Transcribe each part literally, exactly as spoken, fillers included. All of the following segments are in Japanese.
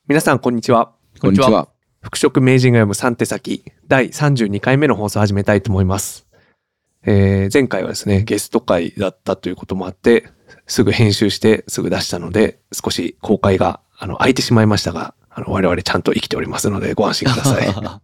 皆さんこんにちは。 こんにちは。 服飾名人が読むさん手先だいさんじゅうにかいめの放送を始めたいと思います。えー、前回はですね、ゲスト会だったということもあって、すぐ編集してすぐ出したので、少し公開があの空いてしまいましたが、あの我々ちゃんと生きておりますのでご安心ください。はい。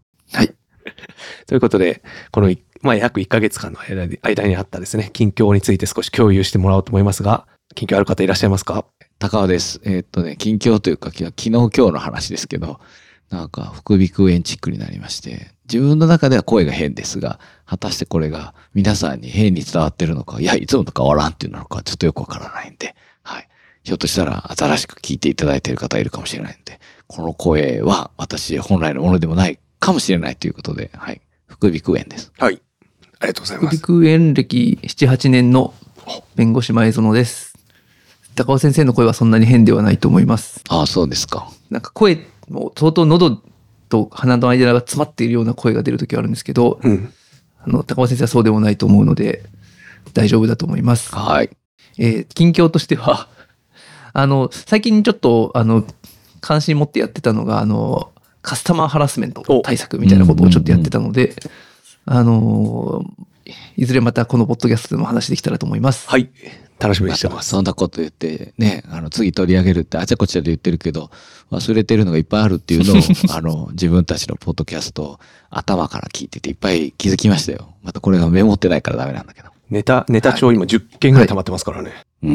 ということで、この、まあ、約いっかげつかんの間に、間にあったですね、近況について少し共有してもらおうと思いますが、近況ある方いらっしゃいますか？ 高尾です。えー、っとね、近況というか、昨日今日の話ですけど、なんか副鼻腔炎チックになりまして、自分の中では声が変ですが、果たしてこれが皆さんに変に伝わってるのか、いや、いつもと変わらんっていうのか、ちょっとよくわからないんで、はい。ひょっとしたら新しく聞いていただいている方いるかもしれないんで、この声は私本来のものでもないかもしれないということで、はい。副鼻腔炎です。 はい。ありがとうございます。 副鼻腔炎歴なな、はちねんの弁護士前園です。高尾先生の声はそんなに変ではないと思います。 ああ、そうですか。 なんか声も相当喉と鼻の間が詰まっているような声が出るときはあるんですけど、うん、あの高尾先生はそうでもないと思うので大丈夫だと思います。 はい。 えー、近況としてはあの最近ちょっとあの関心持ってやってたのがあのカスタマーハラスメント対策みたいなことをちょっとやってたので、あのいずれまたこのポッドキャストでも話できたらと思います。 はい。楽しみにしてます。 そんなこと言ってね、あの次取り上げるってあちゃこちゃで言ってるけど、忘れてるのがいっぱいあるっていうのを、あの自分たちのポッドキャストを頭から聞いてていっぱい気づきましたよ。またこれがメモってないからダメなんだけど。 ネタ、ネタ帳今じゅっけんぐらい溜まってますからね。はい、 うん。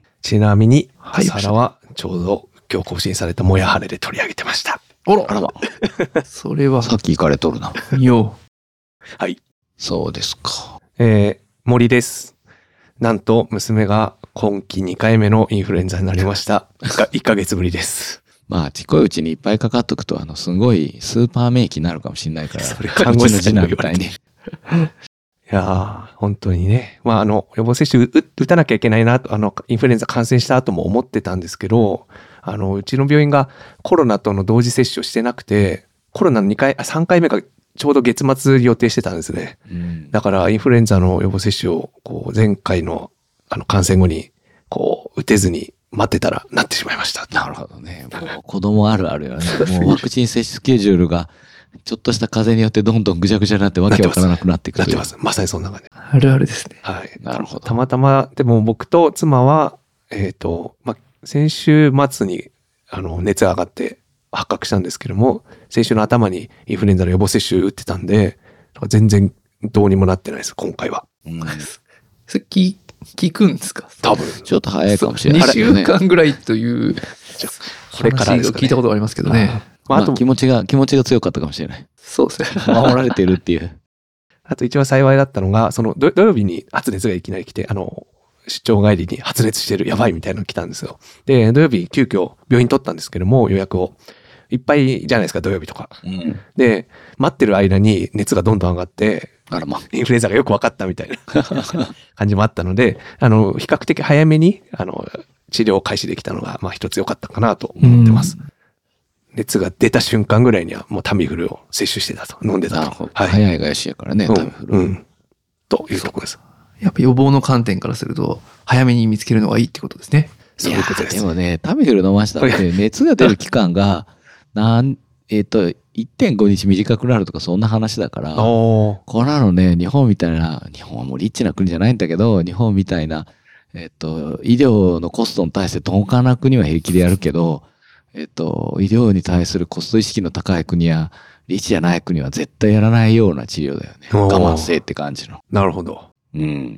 ちなみに、朝原はちょうど今日更新されたもやはれで取り上げてました。 あら、あらま。それは。 さっき行かれとるな。 よ。 はい。 そうですか。 えー、森です。なんと娘が今季にかいめのインフルエンザになりました。いっかげつぶりです。 まあ、ちっこいうちにいっぱいかかっとくと、あの、すごいスーパー免疫になるかもしれないから、 それ看護師さんのみたいに。いやー、本当にね。まあ、あの、予防接種打、打たなきゃいけないなと、あの、インフルエンザ感染した後も思ってたんですけど、あの、うちの病院がコロナとの同時接種をしてなくて、コロナのにかい、さんかいめがちょうど月末予定してたんですね。うん、だからインフルエンザの予防接種をこう前回のあの感染後にこう打てずに待ってたらなってしまいました。 なるほどね。もう子供あるあるよね。もうワクチン接種スケジュールがちょっとした風邪によってどんどんぐちゃぐちゃになってわけわからなくなっていくなってます。まさにそんな感じ。 あるあるですね。 はい。 なるほど。 たまたまでも僕と妻はえっとまあ先週末にあの熱が上がって発覚したんですけども、先週の頭にインフルエンザの予防接種打ってたんで、全然どうにもなってないです、今回は。 うん、それ聞、聞くんですか？ 多分。 ちょっと早いかもしれない、 ね。にしゅうかんぐらいという、 これからですかね。 聞いたことがありますけどね。 まあ、あと気持ちが、気持ちが強かったかもしれない。 そうですね。守られてるっていう。 あと一番幸いだったのが、その土曜日に発熱がいきなり来て、あの、出張帰りに発熱してる、やばいみたいなの来たんですよ。で、土曜日急遽病院取ったんですけども、予約を。いっぱいじゃないですか、土曜日とか。うん、で、待ってる間に熱がどんどん上がって、 あらま。 インフルエンザがよく分かったみたいな感じもあったので、あの、比較的早めに、あの、治療を開始できたのが、まあ一つ良かったかなと思ってます。熱が出た瞬間ぐらいにはもうタミフルを摂取してたと、飲んでたと。 はい、早いがよしやからね、タミフル。 うん。うん。というところです。 やっぱ予防の観点からすると、早めに見つけるのがいいってことですね。 そういうことです。 でもね、タミフル飲ましたって熱が出る期間が、なん、えっと、いってんごにち短くなるとかそんな話だから、こんなのね、日本みたいな、日本はもうリッチな国じゃないんだけど、日本みたいな、えっと、医療のコストに対して鈍感な国は平気でやるけど、えっと、医療に対するコスト意識の高い国や、リッチじゃない国は絶対やらないような治療だよね。我慢せえって感じの。 なるほど。 うん、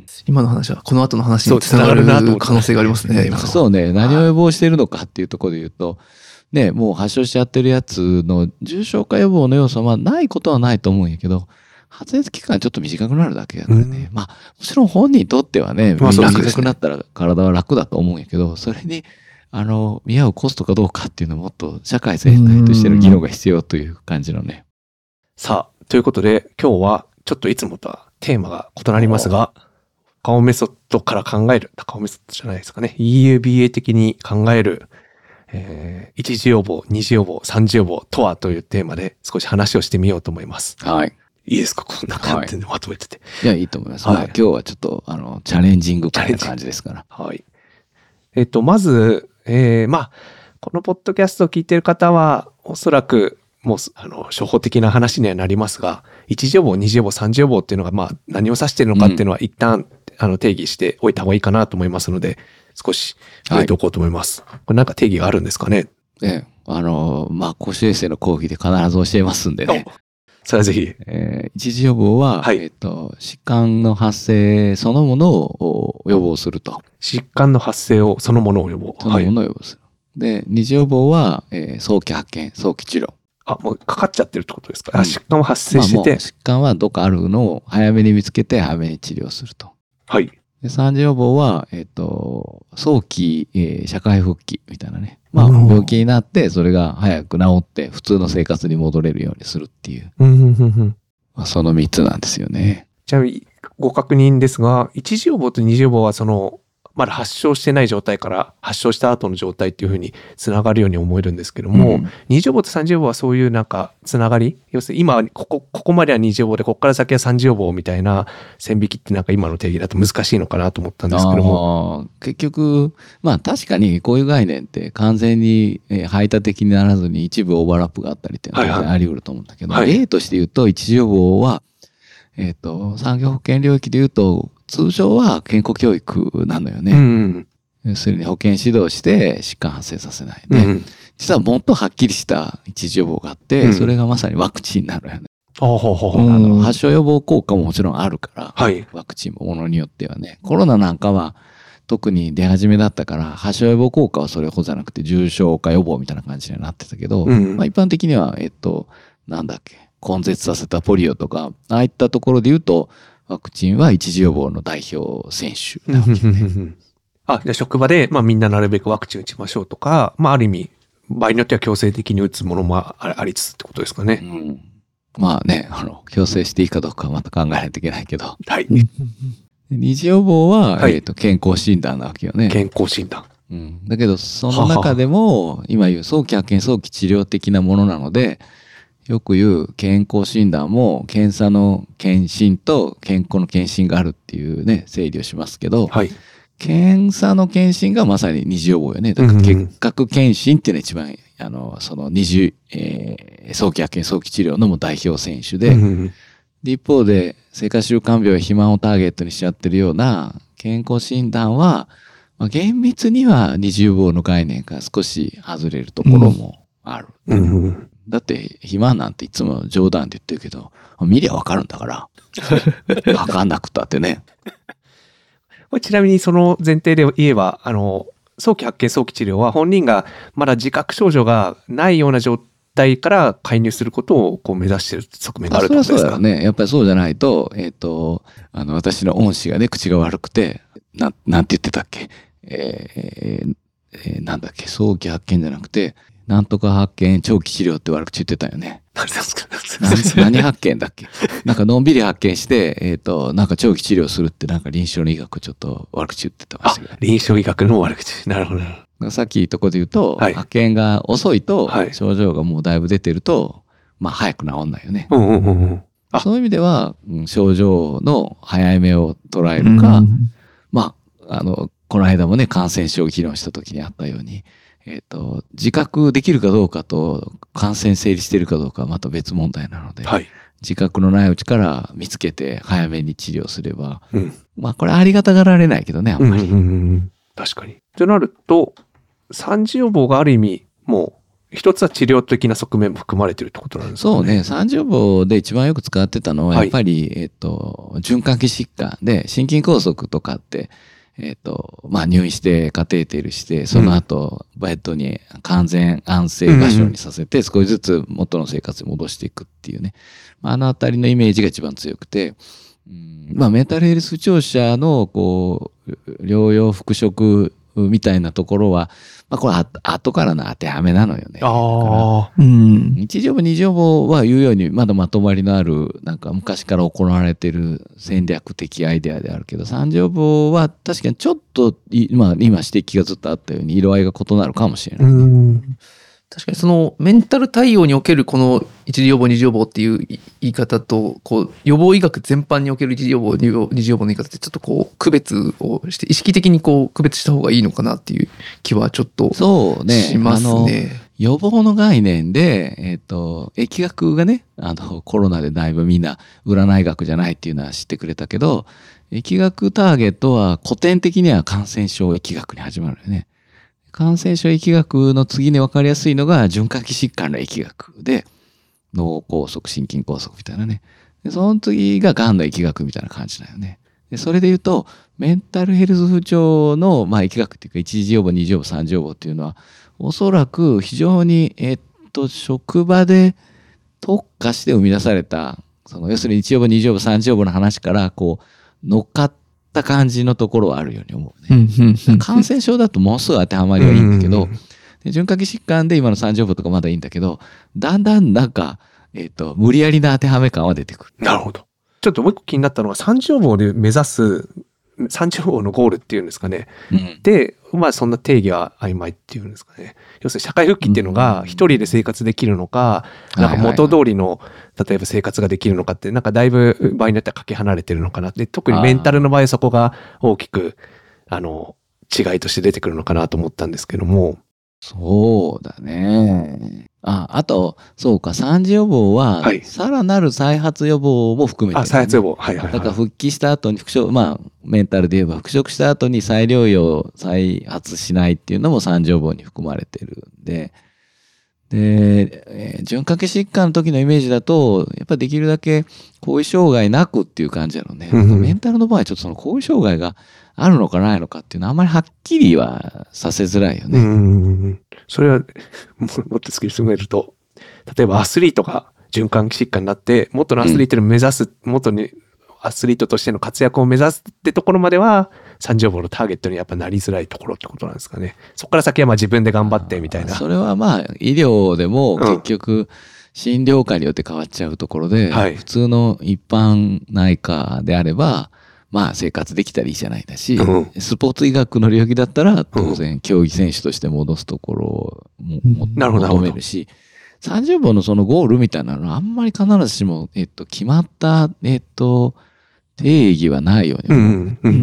今の話はこの後の話につながる可能性がありますね。 そうね。何を予防しているのかっていうところで言うと、ね、もう発症しちゃってるやつの重症化予防の要素はないことはないと思うんやけど、発熱期間ちょっと短くなるだけやからね。うん、まあ、もちろん本人にとってはね、まあ、短くなったら体は楽だと思うんやけど、それに、あの、見合うコストかどうかっていうのをもっと社会全体としての議論が必要という感じのね。 さあ、ということで今日はちょっといつもとはテーマが異なりますが、高尾メソッドから考える、高尾メソッドじゃないですかね。イーユービーエー 的に考える、えー、一次予防、二次予防、三次予防とはというテーマで少し話をしてみようと思います。 はい。 いいですか、こんな感じでまとめてて。 はい、いや、いいと思います。はい、まあ、今日はちょっと、あの、チャレンジングみたいな感じですから。 はい。えっと、まず、えー、まあ、 このポッドキャストを聞いている方は、おそらくもう、あの、初歩的な話にはなりますが、一次予防、二次予防、三次予防っていうのが、まあ、何を指しているのかっていうのは、一旦、うん、あの、定義しておいた方がいいかなと思いますので、少し触れておこうと思います。はい、これなんか定義があるんですかね？ ええ、あの、まあ、公衆衛生の講義で必ず教えますんでね。 それはぜひ。 えー、一次予防は、はい、えっと、疾患の発生そのものを予防すると。 疾患の発生を、そのものを予防。 そのものを予防する。はい、で、二次予防は、えー、早期発見、早期治療。 あ、もうかかっちゃってるってことですか？うん、疾患は発生してて。まあ、もう疾患はどっかあるのを早めに見つけて、早めに治療すると。 はい。 で、三次予防は、えっと、早期、えー、社会復帰みたいなね。まあ、病気になって、それが早く治って、普通の生活に戻れるようにするっていう。まあ、その三つなんですよね。 ちなみに、ご確認ですが、一次予防と二次予防は、その、まだ発症してない状態から発症した後の状態っていうふうにつながるように思えるんですけども、うん、二次予防と三次予防はそういうなんかつながり、要するに今ここここまでは二次予防でここから先は三次予防みたいな線引きってなんか今の定義だと難しいのかなと思ったんですけども、 結局まあ確かにこういう概念って完全に排他的にならずに一部オーバーラップがあったりっていうのはあり得ると思うんだけど、はいはい、例として言うと一次予防はえっと産業保険領域で言うと通常は健康教育なのよね。うん、要するに保健指導して疾患発生させないで、うん、実はもっとはっきりした一次予防があって、うん、それがまさにワクチンになるよね。 ほうほうほう、 あの発症予防効果ももちろんあるから、 はい、 ワクチンもものによってはね。コロナなんかは特に出始めだったから発症予防効果はそれほどじゃなくて重症化予防みたいな感じにはなってたけど、うん、まあ、一般的にはえっとなんだっけ根絶させたポリオとかああいったところで言うとワクチンは一次予防の代表選手なわけね。 あ、じゃあ職場で、まあみんななるべくワクチン打ちましょうとか、まあある意味、場合によっては強制的に打つものもありつつってことですかね。 うん、まあね、あの、強制していいかどうかはまた考えないといけないけど。 はい。 二次予防は、はい、えっと、健康診断なわけよね。 健康診断。 うん。だけど、その中でも、はは今言う早期発見、早期治療的なものなので、よく言う健康診断も検査の検診と健康の検診があるっていうね整理をしますけど、 はい、 検査の検診がまさに二次予防よね。だから結核検診っていうのが一番あのその二次、えー、早期発見早期治療のも代表選手で、で一方で生活習慣病や肥満をターゲットにしちゃってるような健康診断は、まあ、厳密には二次予防の概念から少し外れるところもある。 うんうんだって、肥満なんていつも冗談で言ってるけど、見りゃわかるんだから。わかんなくたってね。 これちなみにその前提で言えば、あの、早期発見早期治療は本人がまだ自覚症状がないような状態から介入することをこう目指している側面があるってことですか？ それはそうだよね。やっぱりそうじゃないと、えっと、あの、私の恩師がね、口が悪くて、な、なんて言ってたっけ？えーえー、なんだっけ？早期発見じゃなくて、なんとか発見、長期治療って悪口言ってたよね。 何ですか？ 何発見だっけ？なんかのんびり発見して、えっと、なんか長期治療するってなんか臨床の医学ちょっと悪口言ってたましたけど。 臨床医学の悪口。なるほど。 さっき言ったこと言うと、はい、発見が遅いと、はい、症状がもうだいぶ出てると、まあ早く治んないよね。 うんうんうん、 そういう意味では、うん、症状の早めを捉えるか、うん、まあ、あの、この間もね、感染症を議論した時にあったように、えっと、自覚できるかどうかと感染成立しているかどうかはまた別問題なので、 はい、 自覚のないうちから見つけて早めに治療すれば、 うん、 まあこれありがたがられないけどね、あんまり。 うんうんうん、確かに。となると、三次予防がある意味、もう一つは治療的な側面も含まれているってことなんですかね。 そうね。三次予防で一番よく使ってたのは、やっぱり、はい、えっと、循環器疾患で、心筋梗塞とかって、えっと、まあ入院してカテーテルして、その後、ベッドに完全安静場所にさせて、少しずつ元の生活に戻していくっていうね。あのあたりのイメージが一番強くて、うん、まあメンタルヘルス不調者の、こう、療養復職みたいなところは、まあこれあ後からの当てはめなのよね。 ああ。 うん。一次予防二次予防は言うようにまだまとまりのある、なんか昔から行われている戦略的アイデアであるけど、三次予防は確かにちょっと、まあ今指摘がずっとあったように色合いが異なるかもしれない。 うん。 確かにそのメンタル対応におけるこの一次予防二次予防っていう言い方とこう予防医学全般における一次予防二次予防の言い方ってちょっとこう区別をして意識的にこう区別した方がいいのかなっていう気はちょっとそうねしますね。 あの予防の概念で、えっと、疫学がね、あの、コロナでだいぶみんな占い学じゃないっていうのは知ってくれたけど、疫学ターゲットは古典的には感染症疫学に始まるよね。感染症疫学の次に分かりやすいのが循環器疾患の疫学で、脳梗塞、心筋梗塞みたいなね。でその次が癌の疫学みたいな感じだよね。でそれで言うと、メンタルヘルス不調の、まあ、疫学っていうか、一次予防、二次予防、三次予防っていうのは、おそらく非常に、えっと、職場で特化して生み出された、その、要するに一次予防、二次予防、三次予防の話から、こう、乗っかった感じのところはあるように思うね。感染症だともうすぐ当てはまりはいいんだけど、で循環器疾患で今の三次予防とかまだいいんだけど、だんだんなんか、えっと、無理やりな当てはめ感は出てくる。 なるほど。ちょっともう一個気になったのは、三次予防で目指す、三次予防のゴールっていうんですかね。うん、で、まあそんな定義は曖昧っていうんですかね。要するに社会復帰っていうのが一人で生活できるのか、うん、なんか元通りの、例えば生活ができるのかって、なんかだいぶ場合によってはかけ離れてるのかなって、特にメンタルの場合そこが大きく、あの、違いとして出てくるのかなと思ったんですけども。 そうだね。あ、あと、そうか、三次予防は、はい、さらなる再発予防も含めて、ね。 あ、再発予防。はいはい、はい。 だから復帰した後に復職、まあ、メンタルで言えば復職した後に再療養、再発しないっていうのも三次予防に含まれてるんで、で、えー、循環器疾患の時のイメージだと、やっぱりできるだけ後遺障害なくっていう感じなのね。うんうん、メンタルの場合、ちょっとその後遺障害があるのかないのかっていうのはあんまりはっきりはさせづらいよね。 うん、それはもっと突き詰めると、例えばアスリートが循環器疾患になって、元のアスリートに目指す、うん、元にアスリートとしての活躍を目指すってところまでは、三次予防のターゲットにやっぱなりづらいところってことなんですかね。そこから先はまあ自分で頑張ってみたいな。 それはまあ医療でも結局診療科によって変わっちゃうところで、うんはい、普通の一般内科であれば、まあ生活できたらいいじゃないだし、うん、スポーツ医学の領域だったら当然競技選手として戻すところをも、うん、求めるし、三次予防のそのゴールみたいなのはあんまり必ずしも、えっと、決まった、えっと、定義はないよね。うんうん、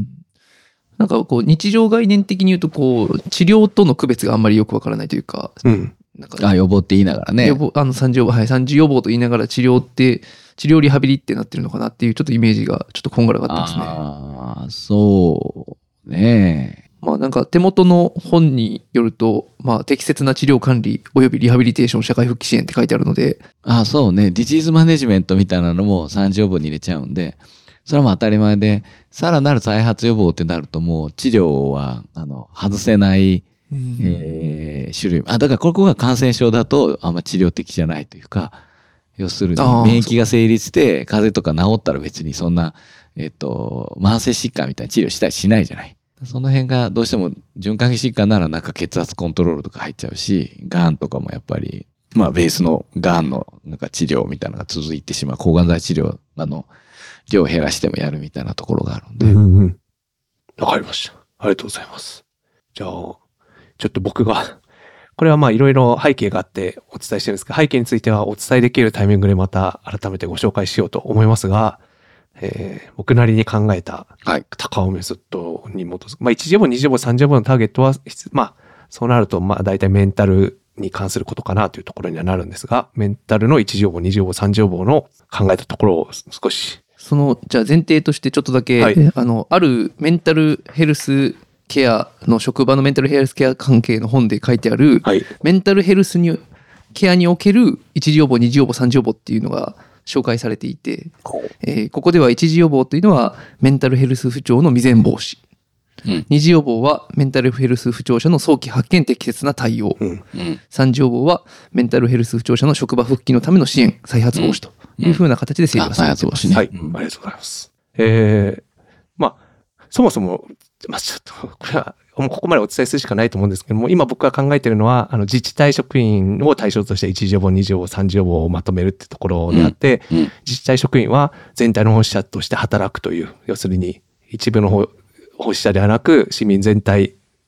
なんかこう日常概念的に言うとこう治療との区別があんまりよくわからないというか、うん、 なんかあ予防って言いながらね。 予防あの三次予防はい三次予防と言いながら治療って治療リハビリってなってるのかなっていうちょっとイメージがちょっとこんがらがってますね。 ああそうね。 まあなんか手元の本によると、まあ適切な治療管理およびリハビリテーション社会復帰支援って書いてあるので。 ああそうね。ディジーズマネジメントみたいなのも三次予防に入れちゃうんで、それも当たり前で、さらなる再発予防ってなるともう治療はあの外せない、えー、種類。あ、だからここが感染症だとあんま治療的じゃないというか、要するに免疫が成立して風邪とか治ったら別にそんな、えっと、慢性疾患みたいな治療したりしないじゃない。その辺がどうしても循環器疾患ならなんか血圧コントロールとか入っちゃうし、がんとかもやっぱり、まあベースのがんのなんか治療みたいなのが続いてしまう。抗がん剤治療、あの、量を減らしてもやるみたいなところがあるんで。 うんうん。わかりました。ありがとうございます。じゃあ、ちょっと僕が、これはまあいろいろ背景があってお伝えしてるんですが、背景についてはお伝えできるタイミングでまた改めてご紹介しようと思いますが、えー、僕なりに考えた高尾メソッドに基づく、まあいち次予防、に次予防、さん次予防のターゲットは、まあそうなるとまあ大体メンタルに関することかなというところにはなるんですが、メンタルのいち次予防、に次予防、さん次予防の考えたところを少し。 その、じゃあ前提としてちょっとだけ、はい、あの、あるメンタルヘルスケアの職場のメンタルヘルスケア関係の本で書いてある、はい、メンタルヘルスにケアにおけるいち次予防、に次予防、さん次予防っていうのが紹介されていて、えー、ここではいち次予防というのはメンタルヘルス不調の未然防止、うん、に次予防はメンタルヘルス不調者の早期発見適切な対応、うん、さん次予防はメンタルヘルス不調者の職場復帰のための支援再発防止というふうな形で整理をされています、 ね。はい、ありがとうございます。えー、まあそもそもまあちょっとこれはここまでお伝えするしかないと思うんですけども、今僕が考えているのはあの自治体職員を対象としていち次予防、に次予防、さん次予防をまとめるってところであって、うんうん、自治体職員は全体の保守者として働くという、要するに一部の保守者ではなく市民全体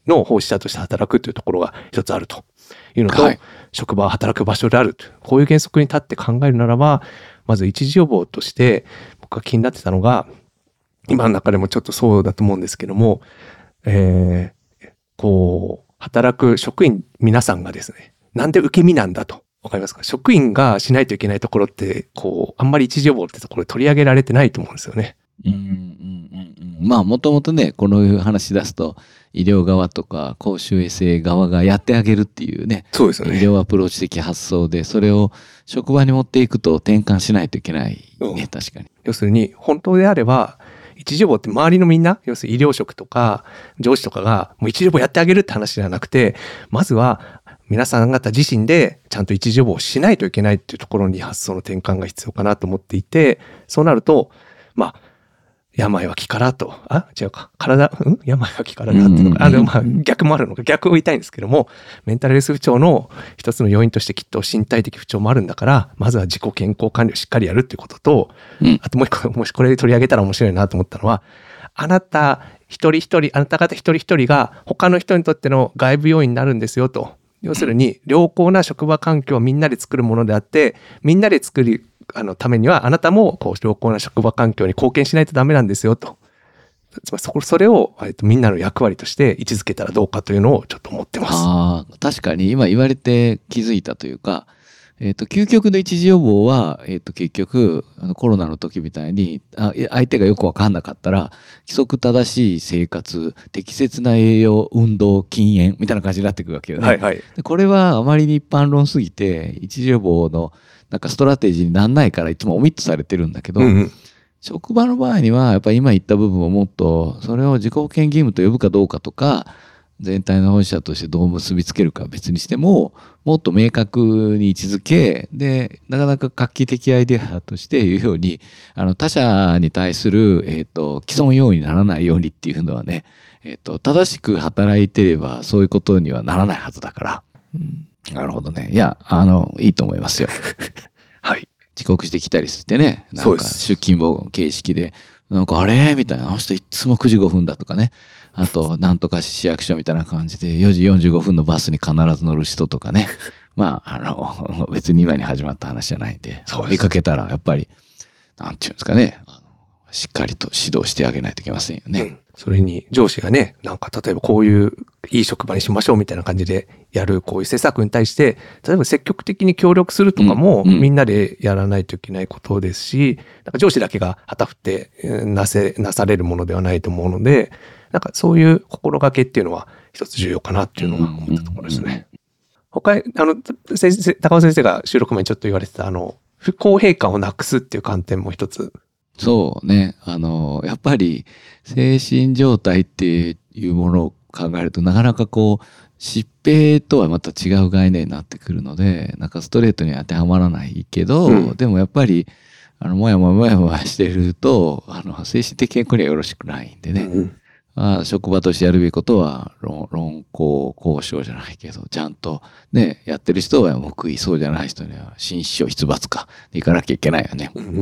の奉仕者として働くというところが一つあるというのと、 はい、 職場は働く場所であるという、こういう原則に立って考えるならば、まず一時予防として僕が気になってたのが、今の中でもちょっとそうだと思うんですけども、えー、こう、働く職員皆さんがですね、なんで受け身なんだと。わかりますか？職員がしないといけないところって、こう、あんまり一時予防ってところで取り上げられてないと思うんですよね。 うんうんうんうん、まあもともとね、この話し出すと医療側とか公衆衛生側がやってあげるっていうね、 そうですよね。 医療アプローチ的発想で、それを職場に持っていくと転換しないといけないね、うん、確かに。 要するに本当であれば一時予防って周りのみんな、要するに医療職とか上司とかがもう一時予防やってあげるって話じゃなくて、まずは皆さん方自身でちゃんと一時予防をしないといけないっていうところに発想の転換が必要かなと思っていて、そうなると、まあ、病は気からと、あ、違うか、体、ん病は気からだっていうのか、あ、でもまあ逆もあるのか、逆を言いたいんですけども、メンタルヘルス不調の一つの要因としてきっと身体的不調もあるんだから、まずは自己健康管理をしっかりやるっていうことと、うん、あともう一個、もしこれで取り上げたら面白いなと思ったのは、あなた一人一人、あなた方一人一人が他の人にとっての外部要因になるんですよと。要するに良好な職場環境をみんなで作るものであって、みんなで作るあのためにはあなたもこう良好な職場環境に貢献しないとダメなんですよと。つまりそこそれをみんなの役割として位置づけたらどうかというのをちょっと思ってます。 ああ、確かに今言われて気づいたというか、えっと、究極の一時予防は、えっと、結局、あのコロナの時みたいに、あ、相手がよくわかんなかったら、規則正しい生活、適切な栄養、運動、禁煙、みたいな感じになっていくわけよね。 はいはい。 でこれはあまりに一般論すぎて、一時予防の、なんかストラテジーにならないからいつもオミットされてるんだけど、うんうん、職場の場合には、やっぱり今言った部分をもっと、それを自己保険義務と呼ぶかどうかとか、全体の本社としてどう結びつけるかは別にしても、もっと明確に位置づけ、で、なかなか画期的アイデアとして言うように、あの、他者に対する、えっと、既存要因にならないようにっていうのはね、えっと、正しく働いてればそういうことにはならないはずだから。うん、なるほどね。いや、あの、いいと思いますよ。 はい。 遅刻してきたりしてね、なんか出勤簿形式で、なんかあれみたいな、あの人いつもくじごふんだとかね。あと、なんとか市役所みたいな感じで、よじよんじゅうごふんのバスに必ず乗る人とかね。まあ、あの、別に今に始まった話じゃないんで、見かけたら、やっぱり、なんていうんですかね、あのしっかりと指導してあげないといけませんよね。うん、 それに上司がね、なんか例えばこういういい職場にしましょうみたいな感じでやるこういう施策に対して、例えば積極的に協力するとかもみんなでやらないといけないことですし、なんか上司だけが旗振ってなせ、なされるものではないと思うので、なんかそういう心がけっていうのは一つ重要かなっていうのが思ったところですね。他、あの、先生、高尾先生が収録前にちょっと言われてた、あの、不公平感をなくすっていう観点も一つ。 そうね。あの、やっぱり精神状態っていうものを考えると、なかなかこう、疾病とはまた違う概念になってくるので、なんかストレートに当てはまらないけど、うん、でもやっぱり、あの、もやもやもやもやしてると、あの、精神的健康にはよろしくないんでね。うんまあ、職場としてやるべきことは論、論考交渉じゃないけど、ちゃんとね、やってる人は報い、そうじゃない人には心死を出罰か、行かなきゃいけないよね。うんうん、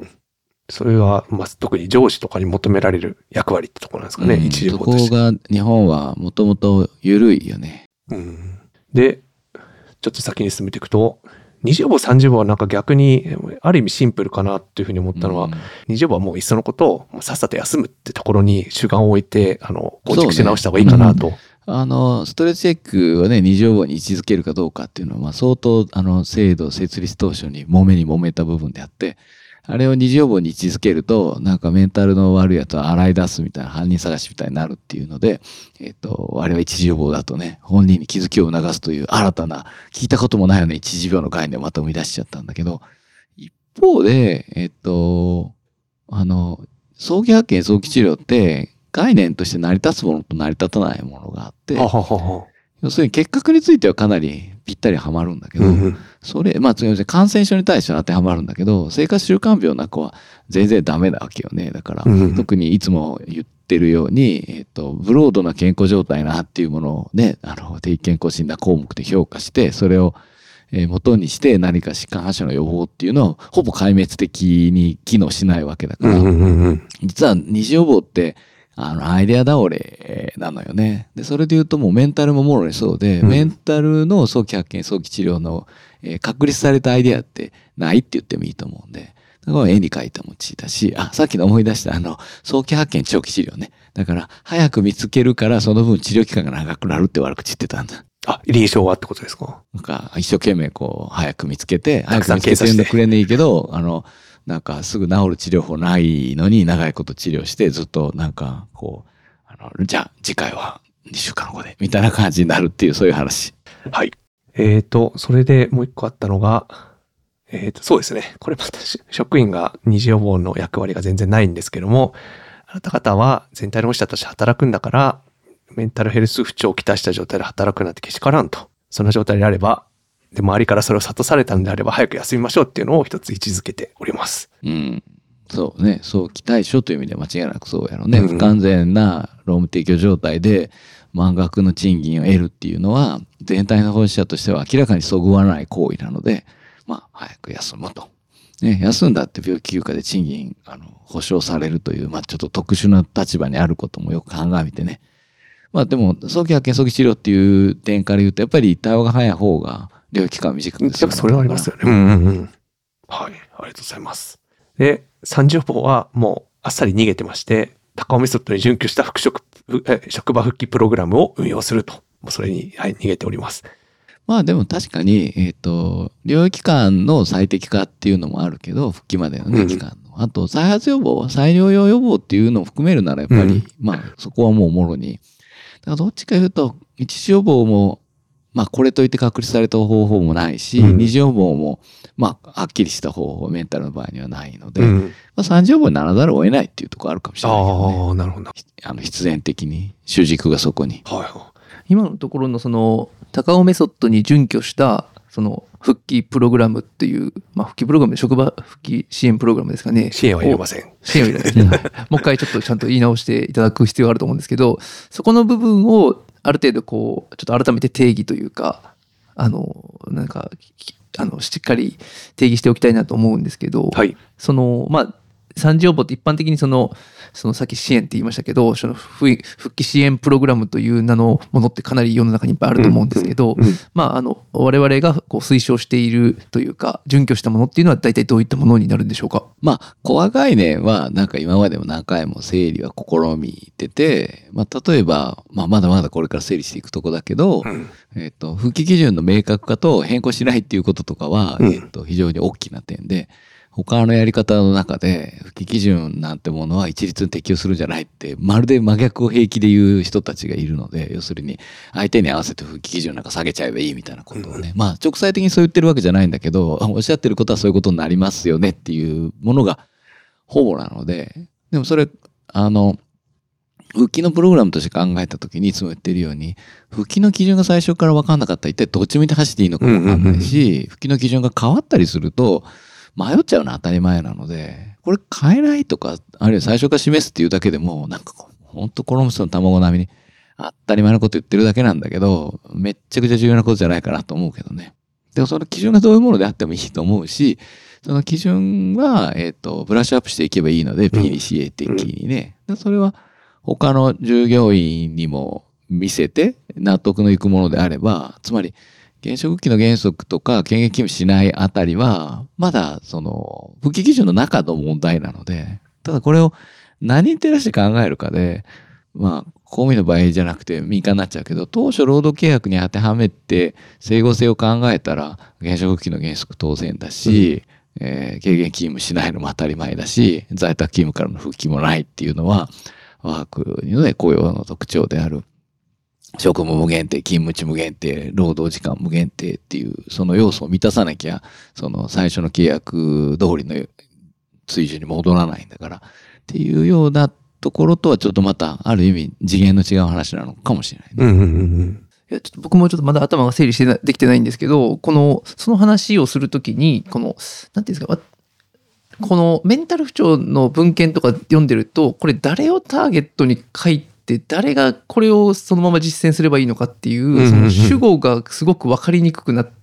それは、まあ、特に上司とかに求められる役割ってところなんですかね、うん、一時保護として。 そこが日本はもともと緩いよね。 うん、で、ちょっと先に進めていくと、二次予防、三次予防はなんか逆に、ある意味シンプルかなっていうふうに思ったのは、うん、二次予防はもういっそのことをさっさと休むってところに主眼を置いて、あの、構築し直した方がいいかなと。 ねうん、あの、ストレスチェックをね、二次予防に位置づけるかどうかっていうのは、まあ相当、あの、制度設立当初に揉めに揉めた部分であって、あれを二次予防に位置づけると、なんかメンタルの悪いやつを洗い出すみたいな犯人探しみたいになるっていうので、えっと、あれは一次予防だとね、本人に気づきを促すという新たな、聞いたこともないよね、一次病の概念をまた生み出しちゃったんだけど、一方で、えっと、あの、早期発見、早期治療って概念として成り立つものと成り立たないものがあって、 ははは要するに結核についてはかなりぴったりはまるんだけど、うんうん、それ、まあ、感染症に対しては当てはまるんだけど、生活習慣病の子は全然ダメなわけよね。だから、うんうん、特にいつも言ってるように、えっと、ブロードな健康状態なっていうものをね、あの、定期健康診断項目で評価して、それを、えー、元にして何か疾患発症の予防っていうのをほぼ壊滅的に機能しないわけだから、うんうんうん、実は二次予防ってあのアイデア倒れなのよね。でそれで言うともうメンタルももろにそうで、うん、メンタルの早期発見早期治療の、えー、確立されたアイデアってないって言ってもいいと思うんで、だから絵に描いた餅だし、あ、さっきの思い出したあの早期発見長期治療ね。だから早く見つけるからその分治療期間が長くなるって悪口言ってたんだ。 あ、臨床はってことですか？ なんか一生懸命こう早く見つけて早く見つけてんのくれねえけど、あのなんかすぐ治る治療法ないのに長いこと治療してずっとなんかこうあのじゃあ次回はにしゅうかんごでみたいな感じになるっていうそういう話。 はい。えーとそれでもう一個あったのが、えーとそうですね。これまた職員が二次予防の役割が全然ないんですけども、あなた方は全体の保護者として働くんだからメンタルヘルス不調をきたした状態で働くなんてけしからんと。その状態であれば。で、周りからそれを諭されたんであれば早く休みましょうっていうのを一つ位置づけております。 うん。そうね。早期対処という意味では間違いなくそうやろうね。うん、不完全な労務提供状態で満額の賃金を得るっていうのは全体の保護者としては明らかにそぐわない行為なので、まあ早く休むと。ね、休んだって病気休暇で賃金あの保証されるという、まあちょっと特殊な立場にあることもよく鑑みてね。まあでも早期発見早期治療っていう点から言うとやっぱり対応が早い方が療養期間短くですよそれはありますよね。うんうんうん。はい。ありがとうございます。で、三次予防はもうあっさり逃げてまして、高尾メソッドに準拠した復職、職場復帰プログラムを運用すると。もうそれに、はい、逃げております。 まあでも確かに、えっと、療養期間の最適化っていうのもあるけど、復帰までのね、期間の。あと、再発予防、再療養予防っていうのを含めるならやっぱり、うん、まあそこはもうもろに。だからどっちか言うと、一次予防も、まあこれといって確立された方法もないし、うん、二次予防も、まあはっきりした方法、メンタルの場合にはないので、うん、まあ三次予防にならざるを得ないっていうところあるかもしれないけどね。 ああ、なるほど。 あの必然的に、主軸がそこに。 はいはい。 今のところのその高尾メソッドに準拠したその復帰プログラムっていう、まあ、復帰プログラムで職場復帰支援プログラムですかね。 支援はいりません。 支援はいりません。もう一回ちょっとちゃんと言い直していただく必要があると思うんですけど、そこの部分をある程度こうちょっと改めて定義というか、あのなんかあのしっかり定義しておきたいなと思うんですけど、 はい、 そのまあ三次予防って一般的にそのそのさっき支援って言いましたけど、その復帰支援プログラムという名のものってかなり世の中にいっぱいあると思うんですけど、まああの我々がこう推奨しているというか準拠したものっていうのは大体どういったものになるんでしょうか。 まあコア概念はなんか今までも何回も整理は試みてて、まあ例えばまあまだまだこれから整理していくとこだけど、うん、えっと復帰基準の明確化と変更しないっていうこととかは、うん、えっと非常に大きな点で。他のやり方の中で復帰基準なんてものは一律に適用するんじゃないってまるで真逆を平気で言う人たちがいるので、要するに相手に合わせて復帰基準なんか下げちゃえばいいみたいなことをね、まあ直裁的にそう言ってるわけじゃないんだけど、おっしゃってることはそういうことになりますよねっていうものがほぼなので、でもそれあの復帰のプログラムとして考えたときにいつも言ってるように、復帰の基準が最初から分かんなかったら一体どっち向いて走っていいのか分かんないし、復帰の基準が変わったりすると迷っちゃうのは当たり前なので、これ変えないとか、あるいは最初から示すっていうだけでも、なんかほんとコロンブスの卵並みに当たり前のこと言ってるだけなんだけど、めっちゃくちゃ重要なことじゃないかなと思うけどね。でもその基準がどういうものであってもいいと思うし、その基準は、えっと、ブラッシュアップしていけばいいので、ピーシーエー 的にね。でそれは他の従業員にも見せて納得のいくものであれば、つまり、現職期の原則とか権限勤務しないあたりは、まだその、復帰基準の中の問題なので、ただこれを何に照らして考えるかで、まあ、公務員の場合じゃなくて民間になっちゃうけど、当初労働契約に当てはめて整合性を考えたら、現職期の原則当然だし、うんえー、軽減勤務しないのも当たり前だし、在宅勤務からの復帰もないっていうのは、我が国のね、雇用の特徴である。職務無限定、勤務地無限定、労働時間無限定っていう、その要素を満たさなきゃ、その最初の契約通りの水準に戻らないんだから、っていうようなところとはちょっとまた、ある意味次元の違う話なのかもしれないね。 うんうんうん。 いやちょっと僕もちょっとまだ頭が整理してできてないんですけど、この、その話をするときに、この、なんていうんですか、このメンタル不調の文献とか読んでると、これ誰をターゲットに書いて、誰がこれをそのまま実践すればいいのかっていうその主語がすごく分かりにくくなって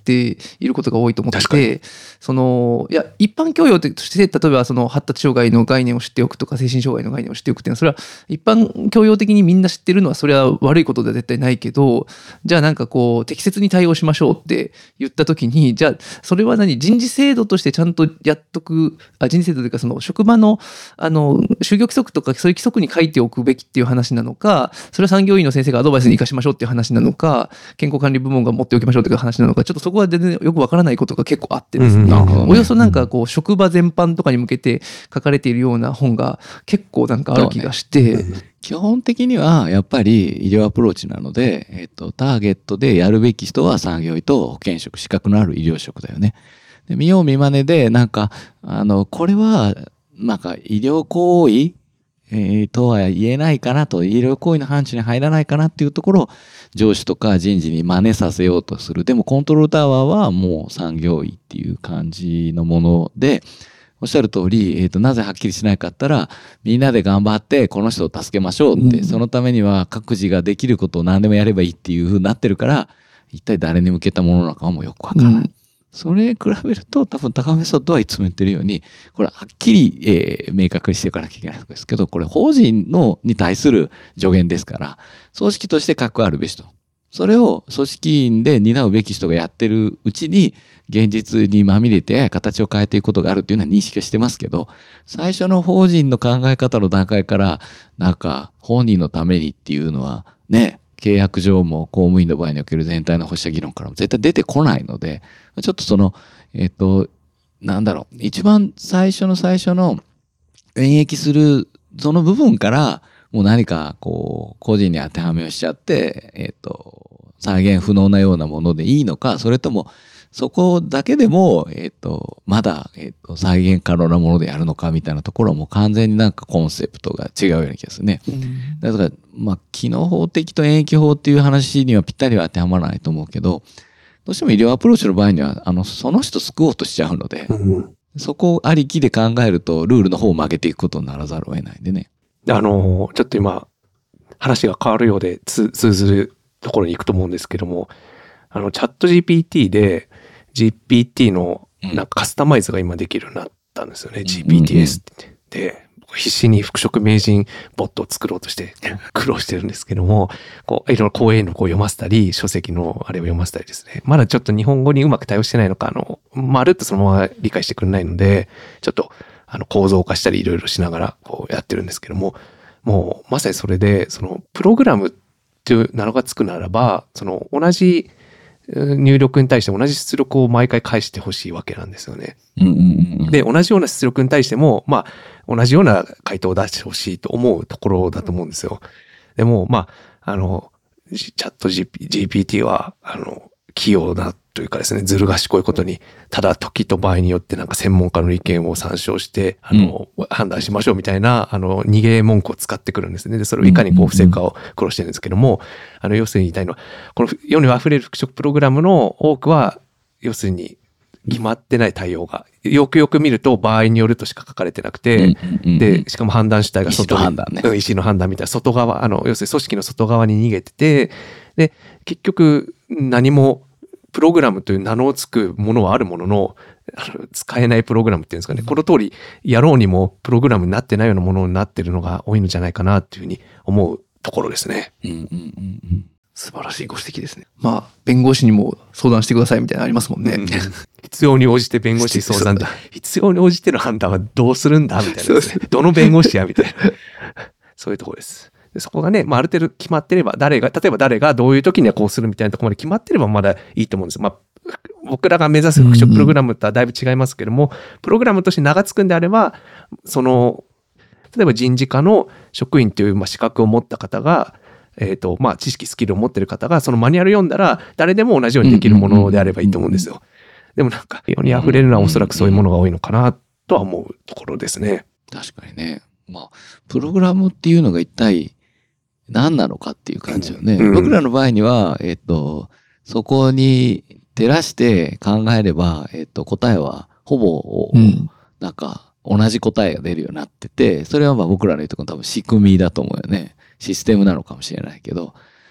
ていることが多いと思ってて、そのいや一般教養として例えばその発達障害の概念を知っておくとか精神障害の概念を知っておくっていうのはそれは一般教養的にみんな知ってるのはそれは悪いことでは絶対ないけど、じゃあなんかこう適切に対応しましょうって言った時に、じゃあそれは何人事制度としてちゃんとやっとくあ人事制度というかその職場のあの就業規則とかそういう規則に書いておくべきっていう話なのか、それは産業医の先生がアドバイスに生かしましょうっていう話なのか、健康管理部門が持っておきましょうっていう話なのか、ちょっとそこは全然よくわからないことが結構あってですね、うんうん、およそなんかこう職場全般とかに向けて書かれているような本が結構なんかある気がして、 ね、基本的にはやっぱり医療アプローチなので、えっと、ターゲットでやるべき人は産業医と保健職、資格のある医療職だよね。で見よう見まねでなんかあのこれはなんか医療行為、えー、とは言えないかなと、医療行為の範疇に入らないかなっていうところを上司とか人事に真似させようとする。でもコントロールタワーはもう産業医っていう感じのもので、おっしゃる通り、えーと、なぜはっきりしないかったら、みんなで頑張ってこの人を助けましょうって、うん、そのためには各自ができることを何でもやればいいっていう風になってるから、一体誰に向けたものなのかもよくわからない。うん、それに比べると多分高メソッドはいつも言ってるように、これはっきり、えー、明確にしていかなきゃいけないんですけど、これ法人のに対する助言ですから、組織として関わるべしと。それを組織員で担うべき人がやってるうちに、現実にまみれて形を変えていくことがあるっていうのは認識はしてますけど、最初の法人の考え方の段階から、なんか本人のためにっていうのはね、契約上も公務員の場合における全体の保守者議論からも絶対出てこないので、ちょっとその、えっと、なんだろう、一番最初の最初の演繹するその部分から、もう何かこう、個人に当てはめをしちゃって、えっと、再現不能なようなものでいいのか、それとも、そこだけでも、えっと、まだ、えっと、再現可能なものでやるのかみたいなところも完全になんかコンセプトが違うような気がするね。うん、だから、まあ、機能法的と演疫法っていう話にはぴったりは当てはまらないと思うけど、どうしても医療アプローチの場合には、あの、その人救おうとしちゃうので、うん、そこありきで考えると、ルールの方を曲げていくことにならざるを得ないんでね。 あの、ちょっと今、話が変わるようで通ずるところに行くと思うんですけども、あの、チャット ジーピーティー で ジーピーティー のなんかカスタマイズが今できるようになったんですよね。うん、ジーピーティーエス って。で、必死に復職名人ボットを作ろうとして苦労してるんですけども、こう、いろいろ講演のこう読ませたり、書籍のあれを読ませたりですね。まだちょっと日本語にうまく対応してないのか、あの、まるっとそのまま理解してくれないので、ちょっと、あの、構造化したりいろいろしながらこうやってるんですけども、もうまさにそれで、そのプログラムっていう名がつくならば、その同じ入力に対して同じ出力を毎回返してほしいわけなんですよね。 うんうんうん、 で、同じような出力に対しても、まあ、同じような回答を出してほしいと思うところだと思うんですよ。でも、まあ、あの、チャット ジーピーティー は、あの、器用なというかですね、ずる賢いことに、ただ時と場合によってなんか専門家の意見を参照して、あの、うん、判断しましょうみたいな、あの、逃げ文句を使ってくるんですね。で、それをいかにこう防ぐかを苦労してるんですけども、あの、要するに言いたいのは、この世に溢れる復職プログラムの多くは、要するに決まってない対応が、よくよく見ると場合によるとしか書かれてなくて、うんうんうん、で、しかも判断主体が外に、 意思の判断ね。 うん、意思の判断みたいな外側、あの、要するに組織の外側に逃げてて、で、結局何も、プログラムという名の付くものはあるものの、あの使えないプログラムっていうんですかね、この通りやろうにもプログラムになってないようなものになってるのが多いのじゃないかなっていうふうに思うところですね。 うんうんうんうん、 素晴らしいご指摘ですね。まあ、弁護士にも相談してくださいみたいなのありますもんね。うん、 必要に応じて弁護士に相談で、必要に応じての判断はどうするんだみたいなですね。どの弁護士やみたいな。そういうところです。そこがね、まあ、ある程度決まってれば、誰が、例えば誰がどういう時にはこうするみたいなところまで決まってればまだいいと思うんですよ。まあ、僕らが目指す復職プログラムとはだいぶ違いますけども、プログラムとして名が付くんであれば、その、例えば人事課の職員というまあ資格を持った方が、えっと、まあ、知識、スキルを持ってる方が、そのマニュアル読んだら、誰でも同じようにできるものであればいいと思うんですよ。でもなんか、世に溢れるのはおそらくそういうものが多いのかな、とは思うところですね。 確かにね。まあ、プログラムっていうのが一体、何なのかっていう感じよね。うん、僕らの場合には、えっと、そこに照らして考えれば、えっと、答えはほぼ、なんか、同じ答えが出るようになってて、それはまあ僕らの言うところの多分仕組みだと思うよね。システムなのかもしれないけど、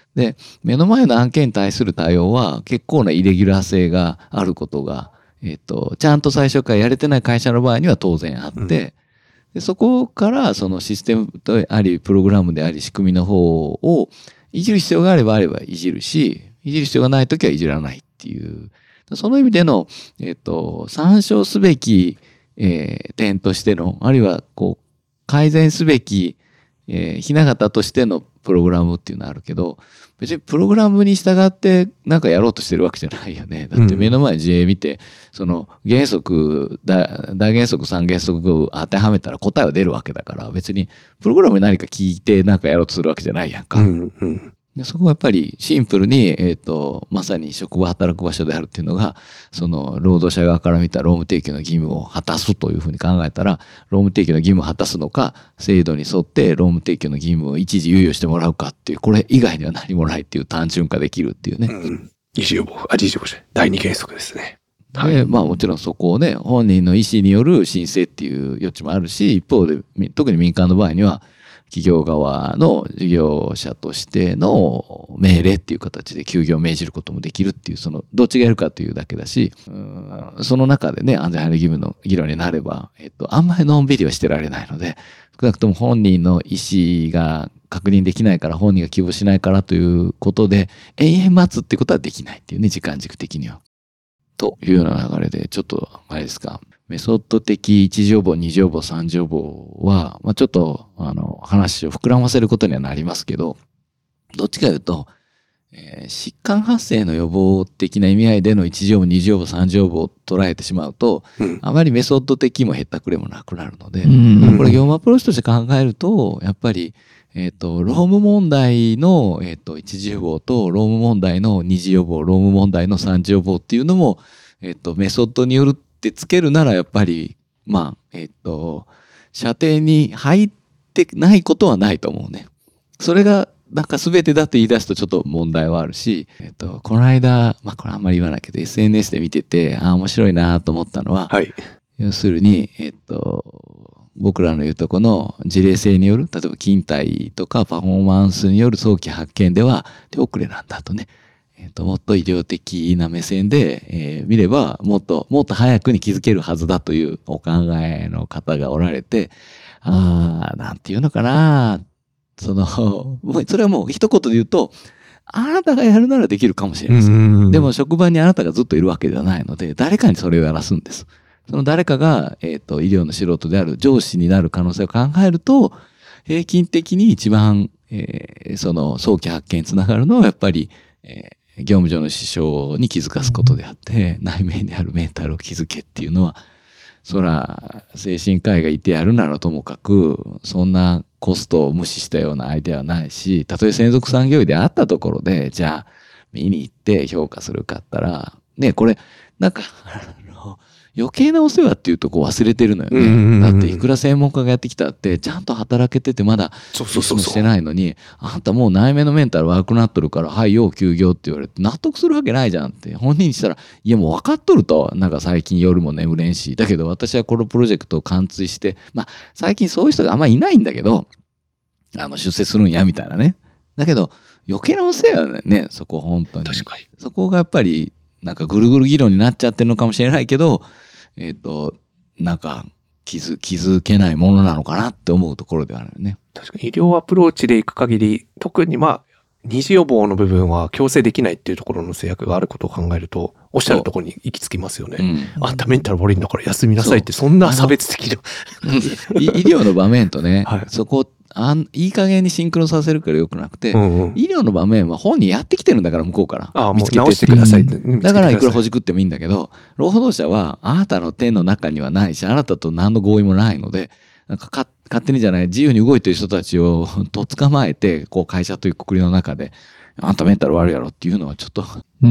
で、目の前の案件に対する対応は結構なイレギュラー性があることが、えっと、ちゃんと最初からやれてない会社の場合には当然あって、うん、でそこからそのシステムであり、プログラムであり、仕組みの方をいじる必要があればあればいじるし、いじる必要がないときはいじらないっていう、その意味での、えっと、参照すべき、えー、点としての、あるいはこう、改善すべき、えー、ひな形としてのプログラムっていうのはあるけど、別にプログラムに従ってなんかやろうとしてるわけじゃないよね。だって目の前に事例見て、その原則、大原則さん原則を当てはめたら答えは出るわけだから、別にプログラムに何か聞いてなんかやろうとするわけじゃないやんか。うんうん、でそこはやっぱりシンプルに、えっと、まさに職場働く場所であるっていうのが、その労働者側から見た労務提供の義務を果たすというふうに考えたら、労務提供の義務を果たすのか、制度に沿って労務提供の義務を一時猶予してもらうかっていう、これ以外には何もないっていう単純化できるっていうね。うん。 二次予防、あ、二次予防じゃない。第二原則ですね。 はい。で、まあもちろんそこをね、本人の意思による申請っていう余地もあるし、一方で、特に民間の場合には、企業側の事業者としての命令っていう形で休業を命じることもできるっていう、そのどっちがやるかというだけだし、その中でね、安全配慮義務の議論になれば、えっと、あんまりのんびりはしてられないので、少なくとも本人の意思が確認できないから、本人が希望しないからということで、延々待つってことはできないっていうね、時間軸的には。というような流れで、ちょっと、あれですか、メソッド的一次予防、二次予防、三次予防は、まあ、ちょっと、あの、話を膨らませることにはなりますけど、どっちかというと、えー、疾患発生の予防的な意味合いでの一次予防、二次予防、三次予防を捉えてしまうと、うん、あまりメソッド的もへったくれもなくなるので、うんうん、これ業務アプローチとして考えると、やっぱり、えっと、労務問題の、えっと、一次予防と、労務問題の二次予防、労務問題の三次予防っていうのも、えっと、メソッドによるってつけるなら、やっぱり、まあ、えっと、射程に入ってないことはないと思うね。それが、なんか全てだって言い出すとちょっと問題はあるし、えっと、この間、まあこれあんまり言わないけど、エスエヌエス で見てて、ああ、面白いなと思ったのは、はい、要するに、えっと、僕らの言うとこの事例性による、例えば勤怠とかパフォーマンスによる早期発見では手遅れなんだとね。えっと、もっと医療的な目線で、えー、見れば、もっと、もっと早くに気づけるはずだというお考えの方がおられて、ああ、なんていうのかな。その、それはもう一言で言うと、あなたがやるならできるかもしれません。でも職場にあなたがずっといるわけではないので、誰かにそれをやらすんです。その誰かが、えっと、医療の素人である上司になる可能性を考えると、平均的に一番、えー、その早期発見につながるのはやっぱり、えー、業務上の支障に気づかすことであって、内面にあるメンタルを気づけっていうのは、そら、精神科医がいてやるならともかく、そんなコストを無視したようなアイデアはないし、たとえ専属産業医であったところで、じゃあ、見に行って評価するかったら、ね、これ、なんか、余計なお世話っていうとこ忘れてるのよね。うんうんうん、だっていくら専門家がやってきたって、ちゃんと働けててまだ、そうそうそうそうしてないのに、あんたもう内面のメンタル悪くなっとるから、はい、要休業って言われて、納得するわけないじゃんって。本人にしたら、いやもう分かっとると。なんか最近夜も眠れんし。だけど私はこのプロジェクトを完遂して、まあ最近そういう人があんまいないんだけど、あの出世するんやみたいなね。だけど余計なお世話だよね、そこ本当に。確かに。そこがやっぱり、なんかぐるぐる議論になっちゃってるのかもしれないけど、えっと、なんか気づ、気づけないものなのかなって思うところではあるよね。 確かに医療アプローチでいく限り、特にまあ、二次予防の部分は強制できないっていうところの制約があることを考えると、おっしゃるところに行き着きますよね。うん、あんたメンタル悪いんだから休みなさいって、そんな差別的な。 医療の場面とね、はい、そこ、あんいい加減にシンクロさせるからよくなくて、うんうん、医療の場面は本人やってきてるんだから向こうから。 ああ、もう直してくださいって。 だからいくらほじくってもいいんだけど、労働者はあなたの手の中にはないし、あなたと何の合意もないので、なんかか勝手にじゃない、自由に動いてる人たちをと捕まえて、こう会社という括りの中で、あんたメンタル悪いやろっていうのはちょっと、うん、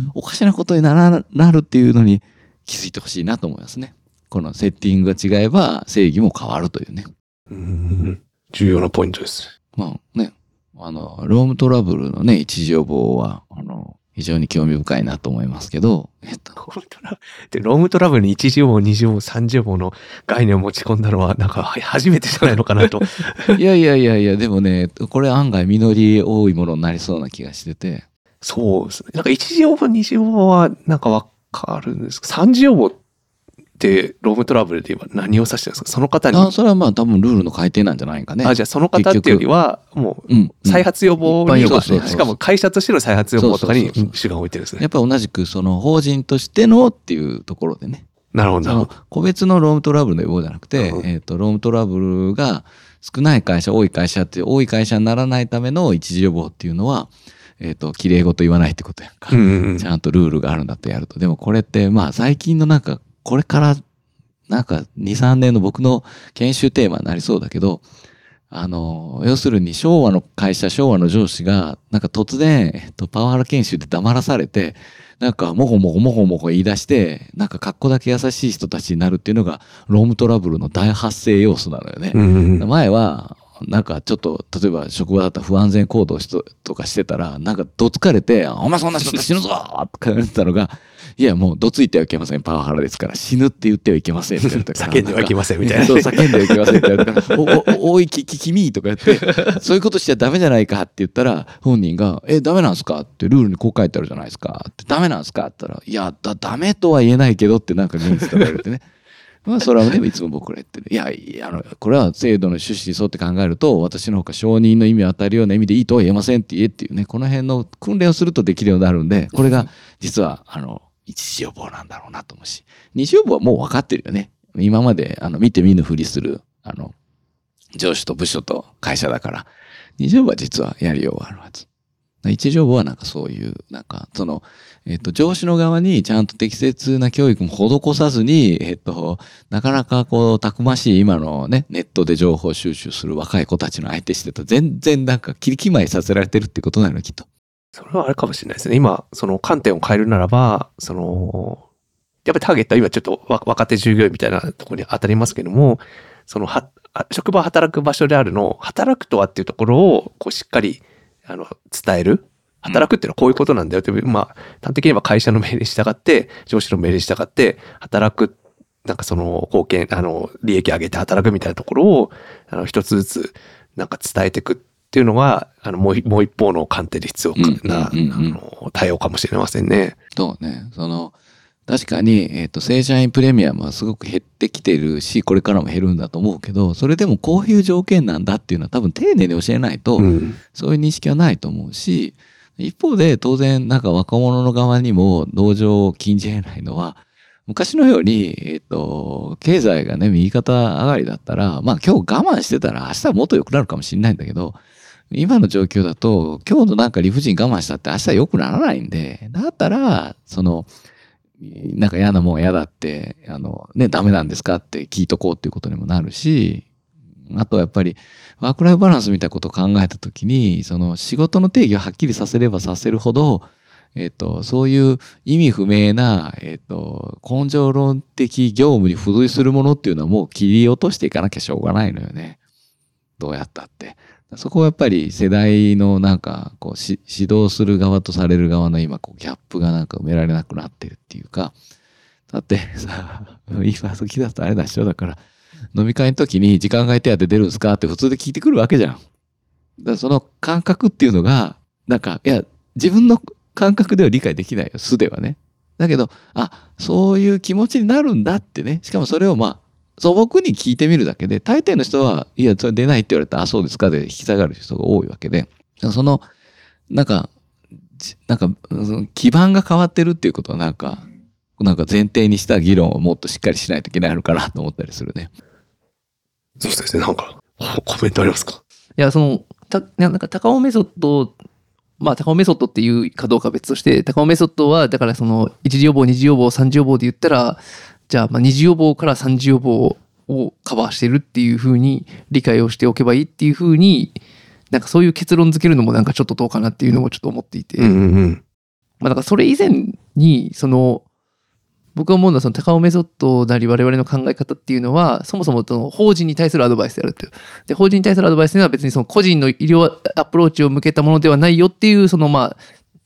おかしなことにならなるっていうのに気づいてほしいなと思いますね。このセッティングが違えば正義も変わるというね。 うん重要なポイントです。 まあね、あの、労務トラブルのね、一時予防は、あの、 非常に興味深いなと思いますけど、えっと、 ロームトラブルでロームトラブルにいち次予防、に次予防、さん次予防の概念を持ち込んだのはなんか初めてじゃないのかなと。 いやいやいやいや、でもね、これ案外実り多いものになりそうな気がしてて。 そうですね。なんかいち次予防、に次予防はなんかわかるんですけど、さん次予防ってロームトラブルで言えば何を指してるんですか？その方に。 あ、それはまあ多分ルールの改定なんじゃないかね。 あ、じゃあその方っていうよりは、もう再発予防に、うんうん、しかも会社としての再発予防とかに主眼を置いてるんですね。 やっぱり同じくその法人としてのっていうところでね。 なるほど。 個別のロームトラブルの予防じゃなくて、えっと、ロームトラブルが少ない会社、多い会社っていう、多い会社にならないための一時予防っていうのは、えっと、綺麗事言わないってことやんか。うんうんうん、ちゃんとルールがあるんだってやると。でもこれって、まあ最近のなんか、これからなんかに、さんねんの僕の研修テーマになりそうだけど、あの、要するに昭和の会社、昭和の上司が、なんか突然、えっと、パワハラ研修で黙らされて、なんか、もごもごもごもご言い出して、なんか、格好だけ優しい人たちになるっていうのが、ロームトラブルの大発生要素なのよね。うんうん、前は、なんかちょっと、例えば職場だったら不安全行動とかしてたら、なんかどつかれて、お前そんな人って死ぬぞとか言ってたのが、いやもうどついてはいけません、パワハラですから、死ぬって言ってはいけませんって言ったから。 叫んではいけませんみたいな。 そう、叫んではいけませんって言われたから、お、お、おい、き、き、君とか言って、そういうことしちゃダメじゃないかって言ったら、本人が、え、ダメなんすかってルールにこう書いてあるじゃないですかって、ダメなんすかって言ったら、いや、だ、ダメとは言えないけどってなんか現実とか言われてね。まあそれはね、いつも僕ら言ってる。いや、いや、あの、これは制度の趣旨に沿って考えると、私のほか承認の意味を与えるような意味でいいとは言えませんって言えっていうね、この辺の訓練をするとできるようになるんで、これが実は、あの、一次予防なんだろうなと思うし、二次予防はもう分かってるよね。今まで、あの、見て見ぬふりする、あの、上司と部署と会社だから、二次予防は実はやりようがあるはず。一次予防はなんかそういう、なんか、その、えっと、上司の側にちゃんと適切な教育も施さずに、えっと、なかなかこう、たくましい今のね、ネットで情報収集する若い子たちの相手してたら、全然なんか、切り気前させられてるってことなの、きっと。 それはあれかもしれないですね。今、その観点を変えるならば、その、やっぱりターゲットは今ちょっと若手従業員みたいなところに当たりますけども、そのは、職場働く場所であるの、働くとはっていうところを、こう、しっかり、あの、伝える。働くっていうのはこういうことなんだよって、まあ、端的に言えば会社の命令に従って、上司の命令に従って、働く、なんかその貢献、あの、利益上げて働くみたいなところを、あの、一つずつ、なんか伝えていくっていうのが、あの、もう、もう一方の観点で必要な、うんうんうんうん、あの、対応かもしれませんね。 そうね。その、確かに、えっと、正社員プレミアムはすごく減ってきてるし、これからも減るんだと思うけど、それでもこういう条件なんだっていうのは多分丁寧に教えないと、うん、そういう認識はないと思うし、一方で当然なんか若者の側にも同情を禁じ得ないのは、昔のように、えっと、経済がね、右肩上がりだったら、まあ今日我慢してたら明日はもっと良くなるかもしれないんだけど、今の状況だと、今日のなんか理不尽我慢したって明日は良くならないんで、だったら、その、なんか嫌なもん嫌だって、あの、ね、ダメなんですかって聞いとこうっていうことにもなるし、あとはやっぱりワークライフバランスみたいなことを考えたときに、その仕事の定義をはっきりさせればさせるほど、えっと、そういう意味不明な、えっと、根性論的業務に付随するものっていうのはもう切り落としていかなきゃしょうがないのよね。どうやったって。そこはやっぱり世代のなんか、こうし、指導する側とされる側の今、こう、ギャップがなんか埋められなくなってるっていうか、だってさ、今時だとあれだっしょ、だから、飲み会の時に時間外手当出るんですかって普通で聞いてくるわけじゃん。だからその感覚っていうのが、なんか、いや、自分の感覚では理解できないよ、素ではね。だけど、あ、そういう気持ちになるんだってね。しかもそれをまあ、素朴に聞いてみるだけで、大抵の人は、いや、それ出ないって言われたら、あ、そうですかで引き下がる人が多いわけで、その、なんか、なんか、その基盤が変わってるっていうことはなんか、なんか前提にした議論をもっとしっかりしないといけないのかなと思ったりするね。 そうですね。なんか、コメントありますか？ いや、その、た、なんか高尾メソッド、まあ高尾メソッドっていうかどうかは別として、高尾メソッドは、だからその、一次予防、二次予防、三次予防で言ったら、じゃあ、まあ二次予防から三次予防をカバーしてるっていうふうに理解をしておけばいいっていうふうに、なんかそういう結論付けるのもなんかちょっとどうかなっていうのもちょっと思っていて。うんうんうん。まあだからそれ以前に、その、僕が思うのはその高尾メソッドなり我々の考え方っていうのはそもそもその法人に対するアドバイスであるという。で、法人に対するアドバイスというのは別にその個人の医療アプローチを向けたものではないよっていうそのまあ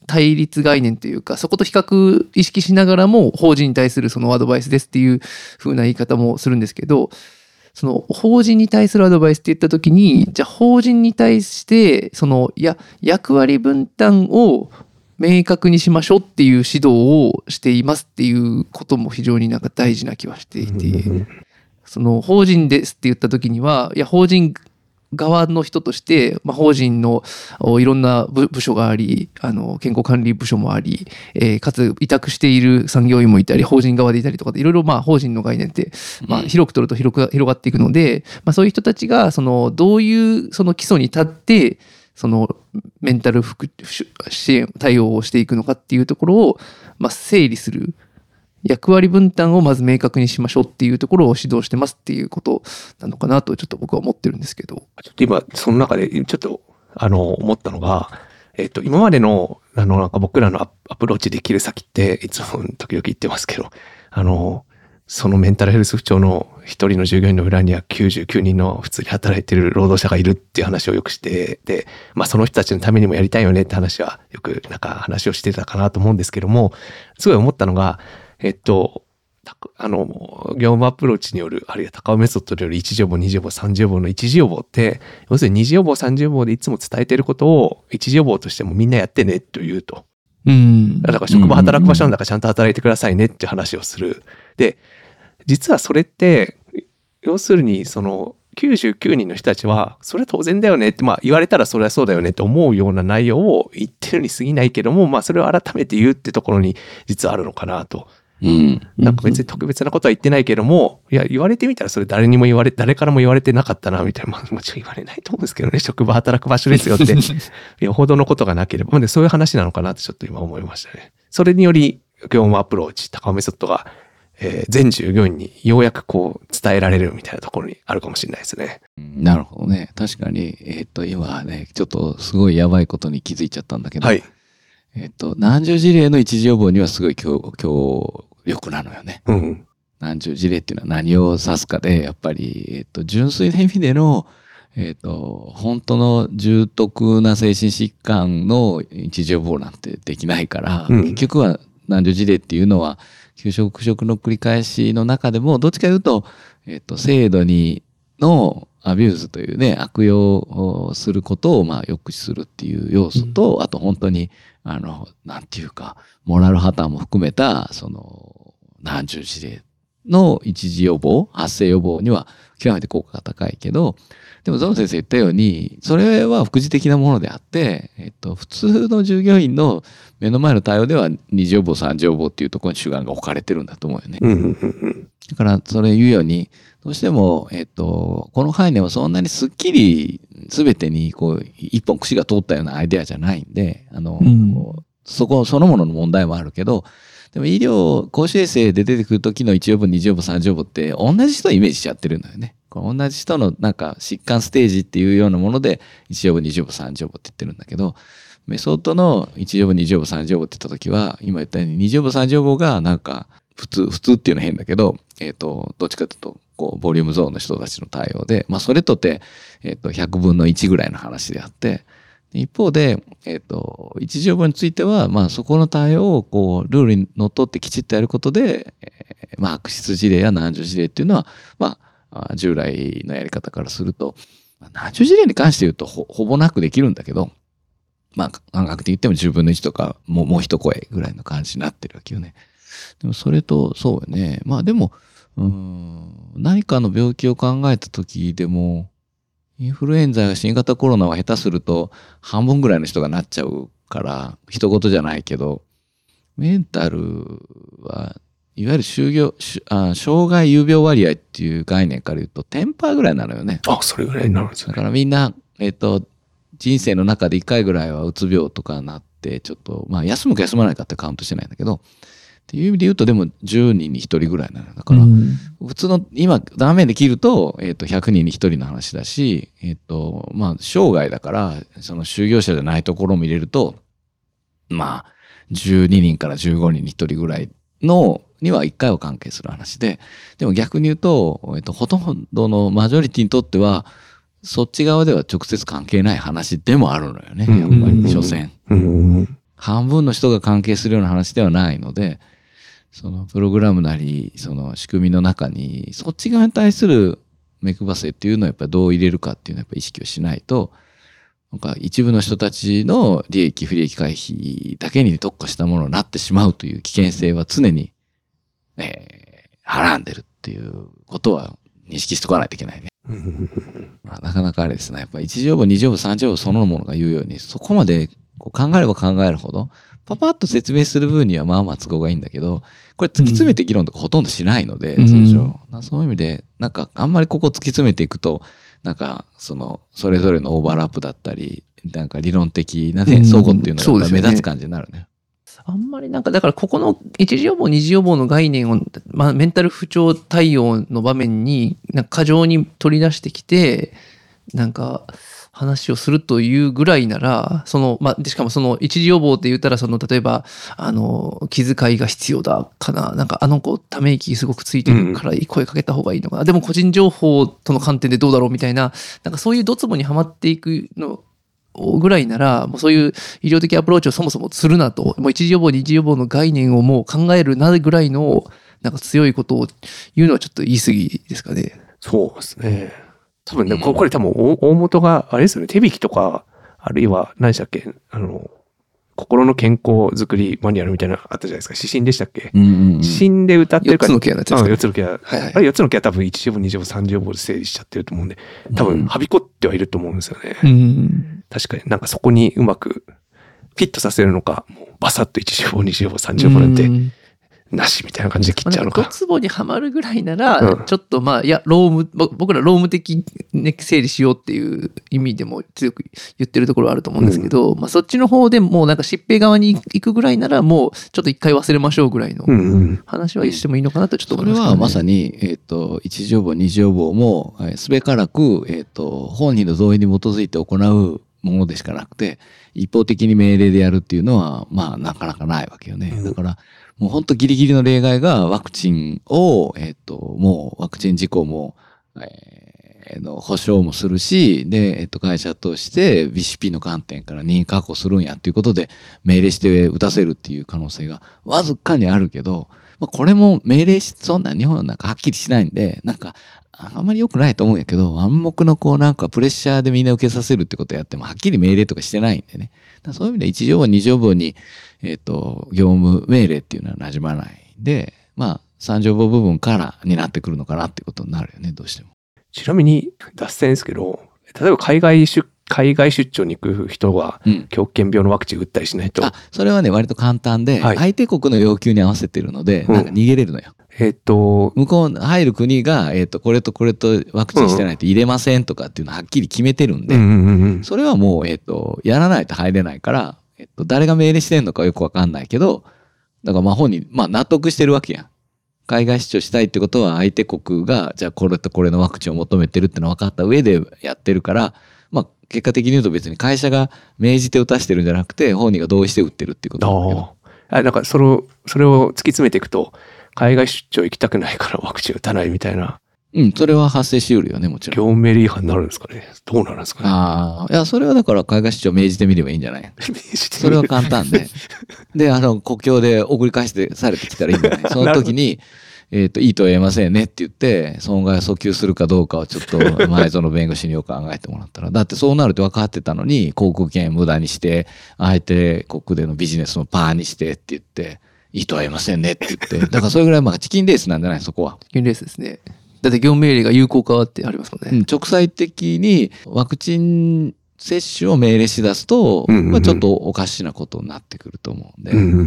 対立概念というか、そこと比較意識しながらも法人に対するそのアドバイスですっていう風な言い方もするんですけど、その法人に対するアドバイスって言った時に、じゃあ法人に対してそのいや役割分担を明確にしましょうっていう指導をしていますっていうことも非常になんか大事な気はしていて、その法人ですって言った時には、いや法人側の人として、まあ、法人のいろんな 部, 部署があり、あの健康管理部署もあり、えー、かつ委託している産業医もいたり、法人側でいたりとかで、いろいろまあ法人の概念って、まあ、広く取ると広く広がっていくので、まあ、そういう人たちがそのどういうその基礎に立ってそのメンタル支援対応をしていくのかっていうところを、まあ、整理する。役割分担をまず明確にしましょうっていうところを指導してますっていうことなのかなとちょっと僕は思ってるんですけど。 ちょっと今その中でちょっとあの思ったのが、えっと今までのあのなんか僕らのアプローチできる先っていつも時々言ってますけど、あのそのメンタルヘルス不調の一人の従業員の裏にはきゅうじゅうきゅうにんの普通に働いてる労働者がいるっていう話をよくしてで、まあその人たちのためにもやりたいよねって話はよくなんか話をしてたかなと思うんですけども、すごい思ったのが。えっと、あの、業務アプローチによる、あるいは高尾メソッドによる一次予防、二次予防、三次予防の一次予防って、要するに二次予防、三次予防でいつも伝えていることを一次予防としてもみんなやってねと言うと。 うん。 だから職場働く場所なんだからちゃんと働いてくださいねっていう話をする。で、実はそれって、要するにそのきゅうじゅうきゅうにんの人たちは、それは当然だよねって、まあ言われたらそれはそうだよねって思うような内容を言ってるに過ぎないけども、まあそれを改めて言うってところに実はあるのかなと。 うん、 なんか別に特別なことは言ってないけども、いや、言われてみたらそれ誰にも言われ、誰からも言われてなかったな、みたいな。まあ、もちろん言われないと思うんですけどね、職場働く場所ですよって。よほどのことがなければ。で、そういう話なのかなってちょっと今思いましたね。それにより、業務アプローチ、高尾メソッドが、えー、全従業員にようやくこう伝えられるみたいなところにあるかもしれないですね。 なるほどね。確かに、えー、っと、今ね、ちょっとすごいやばいことに気づいちゃったんだけど、はい。えー、っと、難重事例の一次予防にはすごい強、強、力なのよね。 うん、 難重事例っていうのは何を指すかで、やっぱり、えっと、純粋な意味での、えっと、本当の重篤な精神疾患の一次予防なんてできないから、うん、結局は難重事例っていうのは、休職復職の繰り返しの中でも、どっちかというと、えっと、制度にのアビューズというね、悪用をすることを、まあ、抑止するっていう要素と、うん、あと本当に、あの、なんていうか、モラル破綻も含めた、その、難重事例の一次予防、発生予防には極めて効果が高いけど、でもゾノ先生言ったように、それは副次的なものであって、えっと、普通の従業員の目の前の対応では二次予防、三次予防っていうところに主眼が置かれてるんだと思うよね。だから、それ言うように、どうしても、えっと、この概念はそんなにスッキリ全てにこう、一本串が通ったようなアイデアじゃないんで、あの、うん、そこそのものの問題もあるけど、でも医療、公衆衛生で出てくる時の一次予防、二次予防、三次予防って同じ人をイメージしちゃってるんだよね。同じ人のなんか疾患ステージっていうようなもので、一次予防、二次予防、三次予防って言ってるんだけど、メソッドの一次予防、二次予防、三次予防って言った時は、今言ったように二次予防、三次予防がなんか普通、普通っていうのは変だけど、えっと、どっちかというと、こう、ボリュームゾーンの人たちの対応で、まあそれとて、えっと、ひゃくぶんのいちぐらいの話であって、一方で、えっと、一次予防については、まあそこの対応をこう、ルールにのっとってきちっとやることで、えー、まあ悪質事例や難重事例っていうのは、まあ、従来のやり方からすると、難重事例に関して言うと ほ, ほぼなくできるんだけど、まあ、感覚で言ってもじゅうぶんのいちとか、もう、もう一声ぐらいの感じになってるわけよね。でもそれと、そうよね。まあでも、うーん、何かの病気を考えた時でも、インフルエンザや新型コロナは下手すると半分ぐらいの人がなっちゃうから、人事じゃないけど、メンタルは、いわゆる就業、あ障害有病割合っていう概念から言うと、テンパーぐらいなのよね。 あ、それぐらいになるんですね。 だからみんな、えっと、人生の中でいっかいぐらいはうつ病とかなって、ちょっと、まあ休むか休まないかってカウントしてないんだけど、っていう意味で言うとでもじゅうにんにひとりぐらいなの。だから、普通の、今、断面で切ると、えっと、ひゃくにんにひとりの話だし、えっと、まあ、生涯だから、その就業者じゃないところも入れると、まあ、じゅうににんからじゅうごにんにひとりぐらいの、にはいっかいは関係する話で、でも逆に言うと、えっと、ほとんどのマジョリティにとっては、そっち側では直接関係ない話でもあるのよね、やっぱり、所詮。 半分の人が関係するような話ではないので、そのプログラムなり、その仕組みの中に、そっち側に対する目配せっていうのをやっぱりどう入れるかっていうのをやっぱ意識をしないと、なんか一部の人たちの利益、不利益回避だけに特化したものになってしまうという危険性は常に、えー、はらんでるっていうことは認識しておかないといけないね。まあ、なかなかあれですね。やっぱり一条簿、二条簿、三条簿そのものが言うように、そこまでこう考えれば考えるほど、パパッと説明する分にはまあまあ都合がいいんだけど、これ突き詰めて議論とかほとんどしないので、うん、通常。そういう意味で、なんかあんまりここ突き詰めていくと、なんかその、それぞれのオーバーラップだったり、なんか理論的なね、相互っていうのが目立つ感じになるね。 あんまりなんか、だからここの一次予防、二次予防の概念を、まあ、メンタル不調対応の場面に、なんか過剰に取り出してきて、なんか話をするというぐらいなら、その、まあ、しかもその一次予防って言ったら、その、例えば、あの、気遣いが必要だかな、なんかあの子、ため息すごくついてるから声かけた方がいいのかな、うん、でも個人情報との観点でどうだろうみたいな、なんかそういうドツボにはまっていくの、ぐらいなら、もうそういう医療的アプローチをそもそもするなと、もう一次予防、二次予防の概念をもう考えるなぐらいの、なんか強いことを言うのはちょっと言い過ぎですかね。 そうですね。多分ね、これ多分大元が、あれですよね、手引きとか、あるいは何でしたっけ、あの、心の健康づくりマニュアルみたいなのあったじゃないですか。指針でしたっけ、 うんうんうん、 指針で歌ってるから。 よっつのケアのやつですか、 よっつのケア。はいはい、あれよっつのケア多分いち次予防、に次予防、さん次予防で整理しちゃってると思うんで、多分はびこってはいると思うんですよね。 うん、 確かになんかそこにうまくフィットさせるのか、もうバサッといち次予防、に次予防、さん次予防なんて、なしみたいな感じで切っちゃうのか。 ドツボにはまるぐらいなら、うん、ちょっとまあ、いや、ローム、僕らローム的ね、整理しようっていう意味でも強く言ってるところはあると思うんですけど、うん、まあそっちの方でもうなんか疾病側に行くぐらいなら、もうちょっと一回忘れましょうぐらいの話はしてもいいのかなとちょっと思います、ね、 それはまさに、えっと、一次予防、二次予防も、すべからく、えっと、本人の同意に基づいて行うものでしかなくて、一方的に命令でやるっていうのは、まあなかなかないわけよね。だから、もう本当ギリギリの例外がワクチンを、えっと、もうワクチン事故も、えー、の保証もするし、で、えっと、会社として ビーシーピー の観点から任意確保するんやっていうことで命令して打たせるっていう可能性がわずかにあるけど、まあ、これも命令し、そんな日本なんかはっきりしないんで、なんか、あんまり良くないと思うんやけど、暗黙のこうなんかプレッシャーでみんな受けさせるってことをやってもはっきり命令とかしてないんでね。だそういう意味で一条簿二条簿に、えっと、業務命令っていうのは馴染まないんで、まあ三条簿部分からになってくるのかなっていうことになるよね、どうしても。 ちなみに脱線ですけど、例えば海外出海外出張に行く人は、狂犬病のワクチン打ったりしないと、 うん、あ、それはね、割と簡単で、はい、相手国の要求に合わせてるので、なんか逃げれるのよ。 うん、えっと、 向こう入る国が、えっと、これとこれとワクチンしてないと入れませんとかっていうのははっきり決めてるんで、 うんうんうん、 それはもう、えっと、やらないと入れないから、えっと、誰が命令してんのかよくわかんないけど、だからまあ本人、まあ納得してるわけやん。海外出張したいってことは相手国が、じゃあこれとこれのワクチンを求めてるっての分かった上でやってるから、まあ結果的に言うと別に会社が命じて打たしてるんじゃなくて、本人が同意して打ってるっていうことなんだけど。 あ、なんかそれを、それを突き詰めていくと、海外出張行きたくないからワクチン打たないみたいな。 うん、それは発生しうるよね、もちろん。 業務命令違反になるんですかね。どうなるんですかね。 ああ、いや、それはだから海外出張命じてみればいいんじゃない命じてみる。それは簡単で。で、あの、国境で送り返してされてきたらいいんじゃないその時に、えっと、いいとは言えませんねって言って、損害を訴求するかどうかをちょっと前園弁護士によく考えてもらったら。だってそうなるって分かってたのに、航空券無駄にして、相手国でのビジネスのパーにしてって言って、いいとは言えませんねって言って。だからそれぐらいまあチキンレースなんじゃないそこは。 チキンレースですね。だって業務命令が有効化ってありますもんね。 うん、直裁的にワクチン接種を命令し出すと、うんうんうん、まあ、ちょっとおかしなことになってくると思うんで。 うんうんうん、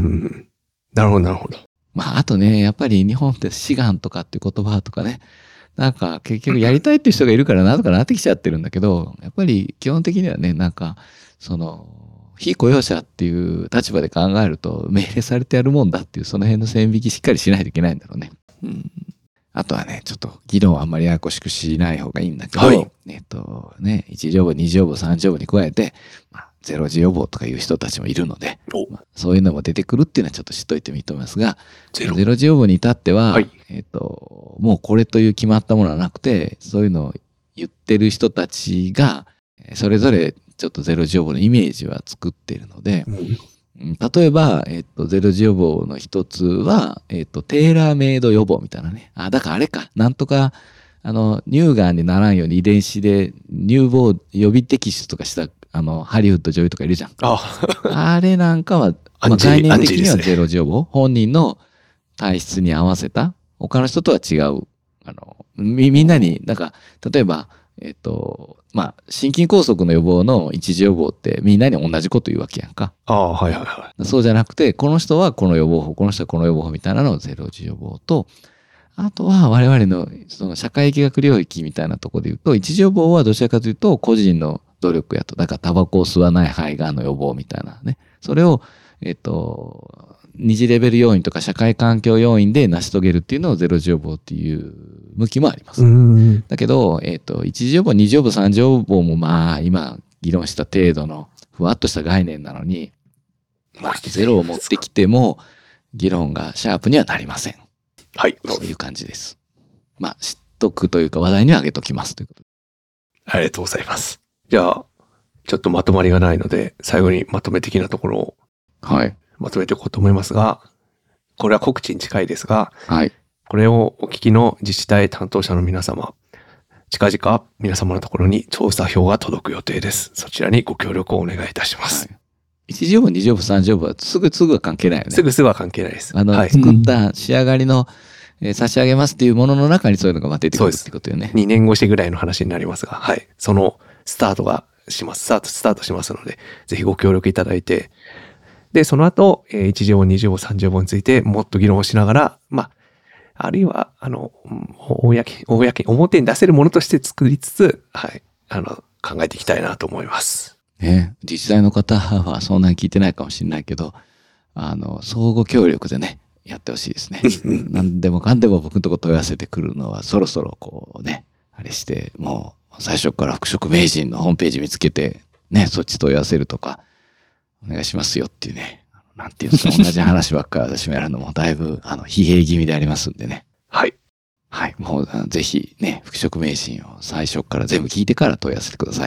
なるほど、なるほど。 まあ、あとね、やっぱり日本って志願とかっていう言葉とかね、なんか結局やりたいっていう人がいるからなんとかなってきちゃってるんだけど、やっぱり基本的にはね、なんか、その、非雇用者っていう立場で考えると命令されてやるもんだっていうその辺の線引きしっかりしないといけないんだろうね。うん、あとはね、ちょっと議論はあんまりややこしくしない方がいいんだけど、はい、えっとね、いち条簿、に条簿、さん条簿に加えて、まあ、ゼロ次予防とかいう人たちもいるので、まあ、そういうのも出てくるっていうのはちょっと知っといてもいいと思いますが、ゼロ, ゼロ次予防に至っては、はい、えっと、もうこれという決まったものはなくて、そういうのを言ってる人たちが、それぞれちょっとゼロ次予防のイメージは作っているので、うん、 例えば、えっと、ゼロ時予防の一つは、えっと、テーラーメイド予防みたいなね。あ、だからあれか。なんとか、あの、乳がんにならんように遺伝子で乳房予備摘出とかした、あの、ハリウッド女優とかいるじゃん。 ああれなんかは、まあ、概念的にはゼロ時予防、ね。本人の体質に合わせた、他の人とは違う。あの、み、みんなに、なんか、例えば、えっと、まあ、心筋梗塞の予防の一時予防ってみんなに同じこと言うわけやんか。 ああ、はいはいはい。 そうじゃなくて、この人はこの予防法、この人はこの予防法みたいなのをゼロ時予防と、あとは我々のその社会疫学領域みたいなところで言うと、一時予防はどちらかというと個人の努力やと。だからタバコを吸わない肺がんの予防みたいなね。それを、えっと、二次レベル要因とか社会環境要因で成し遂げるっていうのをゼロ時予防っていう向きもあります。だけど、えっと、一次予防、二次予防、三次予防もまあ今議論した程度のふわっとした概念なのに、まあゼロを持ってきても議論がシャープにはなりません。 はい。 そういう感じです。まあ知っとくというか話題には挙げときますということで。 ありがとうございます。じゃあ、ちょっとまとまりがないので、最後にまとめ的なところを。 はい。 まとめていこうと思いますが、これは告知に近いですが、 はい。 これをお聞きの自治体担当者の皆様、近々皆様のところに調査票が届く予定です。そちらにご協力をお願いいたします。 はい、一時予防、二次予防、三次予防はすぐすぐは関係ないよね。 すぐすぐは関係ないです。 あの、はい、作った仕上がりの、えー、差し上げますっていうものの中にそういうのが出てくるってことよね。 にねん越しぐらいの話になりますが、はい。そのスタートがします。スタート、スタートしますので、ぜひご協力いただいて、で、その後、えー、一次予防、二次予防、三次予防についてもっと議論をしながら、まあ、あるいは、あの、公、公、表に出せるものとして作りつつ、はい、あの、考えていきたいなと思います。 ね、自治体の方はそんなに聞いてないかもしれないけど、あの、相互協力でね、やってほしいですね。何でもかんでも僕のとこ問い合わせてくるのは、そろそろこうね、あれして、もう最初から服飾名人のホームページ見つけて、ね、そっち問い合わせるとか、お願いしますよっていうね。なんていうんですか、同じ話ばっかり私もやるのもだいぶ、あの、疲弊気味でありますんでね。 はい。 はい。もう、ぜひね、服飾名人を最初から全部聞いてから問い合わせてください。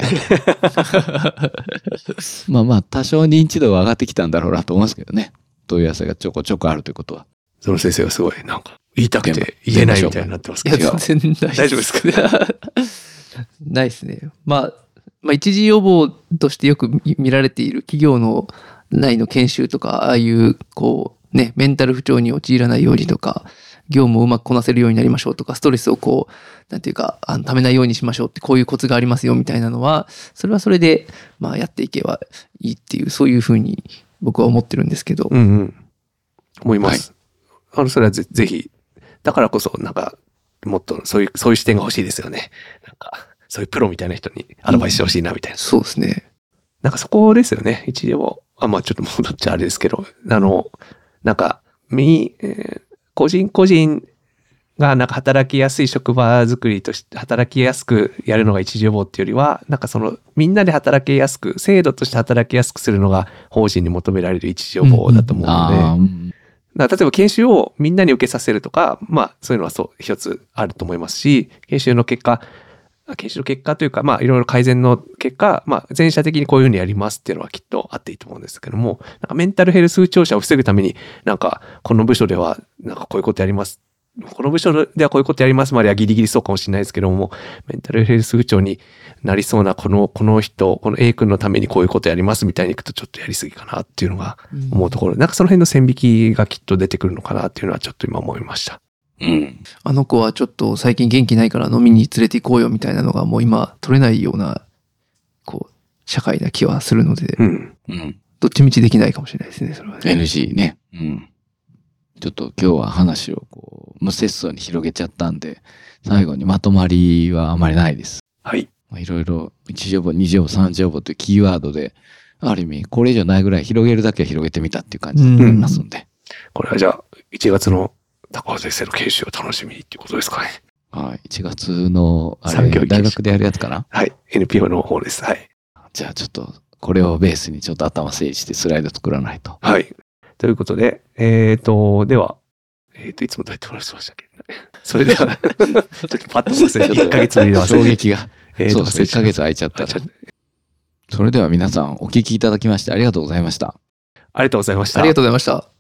まあまあ、多少認知度は上がってきたんだろうなと思いますけどね。問い合わせがちょこちょこあるということは。 その先生がすごい、なんか、言いたくて言えないみたいになってますけど。 いや、全然大丈夫ですか？ ないですね。まあ、まあ、一時予防としてよく見られている企業の内の研修とか、ああいう、こう、ね、メンタル不調に陥らないようにとか、業務をうまくこなせるようになりましょうとか、ストレスをこう、なんていうか、あの、ためないようにしましょうって、こういうコツがありますよみたいなのは、それはそれで、まあ、やっていけばいいっていう、そういうふうに僕は思ってるんですけど。 うんうん。思います。はい、あの、それはぜぜひ、だからこそ、なんか、もっとそういう、そういう視点が欲しいですよね。なんか、そういうプロみたいな人にアドバイスしてほしいな、みたいな、うん。 そうですね。 なんかそこですよね。一応、あ、まあちょっと戻っちゃあれですけど、あの、なんか、み、えー、個人個人がなんか働きやすい職場作りとして、働きやすくやるのが一時予防っていうよりは、なんかその、みんなで働きやすく、制度として働きやすくするのが法人に求められる一時予防だと思うので、うんうん、だから例えば研修をみんなに受けさせるとか、まあそういうのはそう、一つあると思いますし、研修の結果、研修の結果というか、まあいろいろ改善の結果、まあ全社的にこういうふうにやりますっていうのはきっとあっていいと思うんですけども、なんかメンタルヘルス不調者を防ぐために、なんかこの部署ではなんかこういうことやります。この部署ではこういうことやりますまではギリギリそうかもしれないですけども、メンタルヘルス不調になりそうなこの、この人、この A 君のためにこういうことやりますみたいにいくとちょっとやりすぎかなっていうのが思うところ、うん、なんかその辺の線引きがきっと出てくるのかなっていうのはちょっと今思いました。 うん、あの子はちょっと最近元気ないから飲みに連れて行こうよみたいなのがもう今取れないようなこう社会な気はするので、 うんうん、 どっちみちできないかもしれないですね、それはね。 エヌジー ね、うん。ちょっと今日は話をこう無節操に広げちゃったんで、最後にまとまりはあまりないです。 はい。 いろいろ一次予防、二次予防、三次予防というキーワードで、ある意味これ以上ないぐらい広げるだけは広げてみたっていう感じになりますんで。うん、 これはじゃあいちがつの高尾先生の研修を楽しみにっていうことですかね。 はい。いちがつの、あれ、大学でやるやつかな？ はい。エヌピーオー の方です。はい。 じゃあちょっと、これをベースにちょっと頭整理してスライド作らないと。 はい。ということで、えっと、では、えっと、いつもどうやって話してましたっけ？それでは、ちょっとパッと忘れて、いっかげつぶりで忘れて。 衝撃が。 えー、 そうそう、いっかげつ空いちゃった。それでは皆さん、お聞きいただきましてありがとうございました。 ありがとうございました。 ありがとうございました。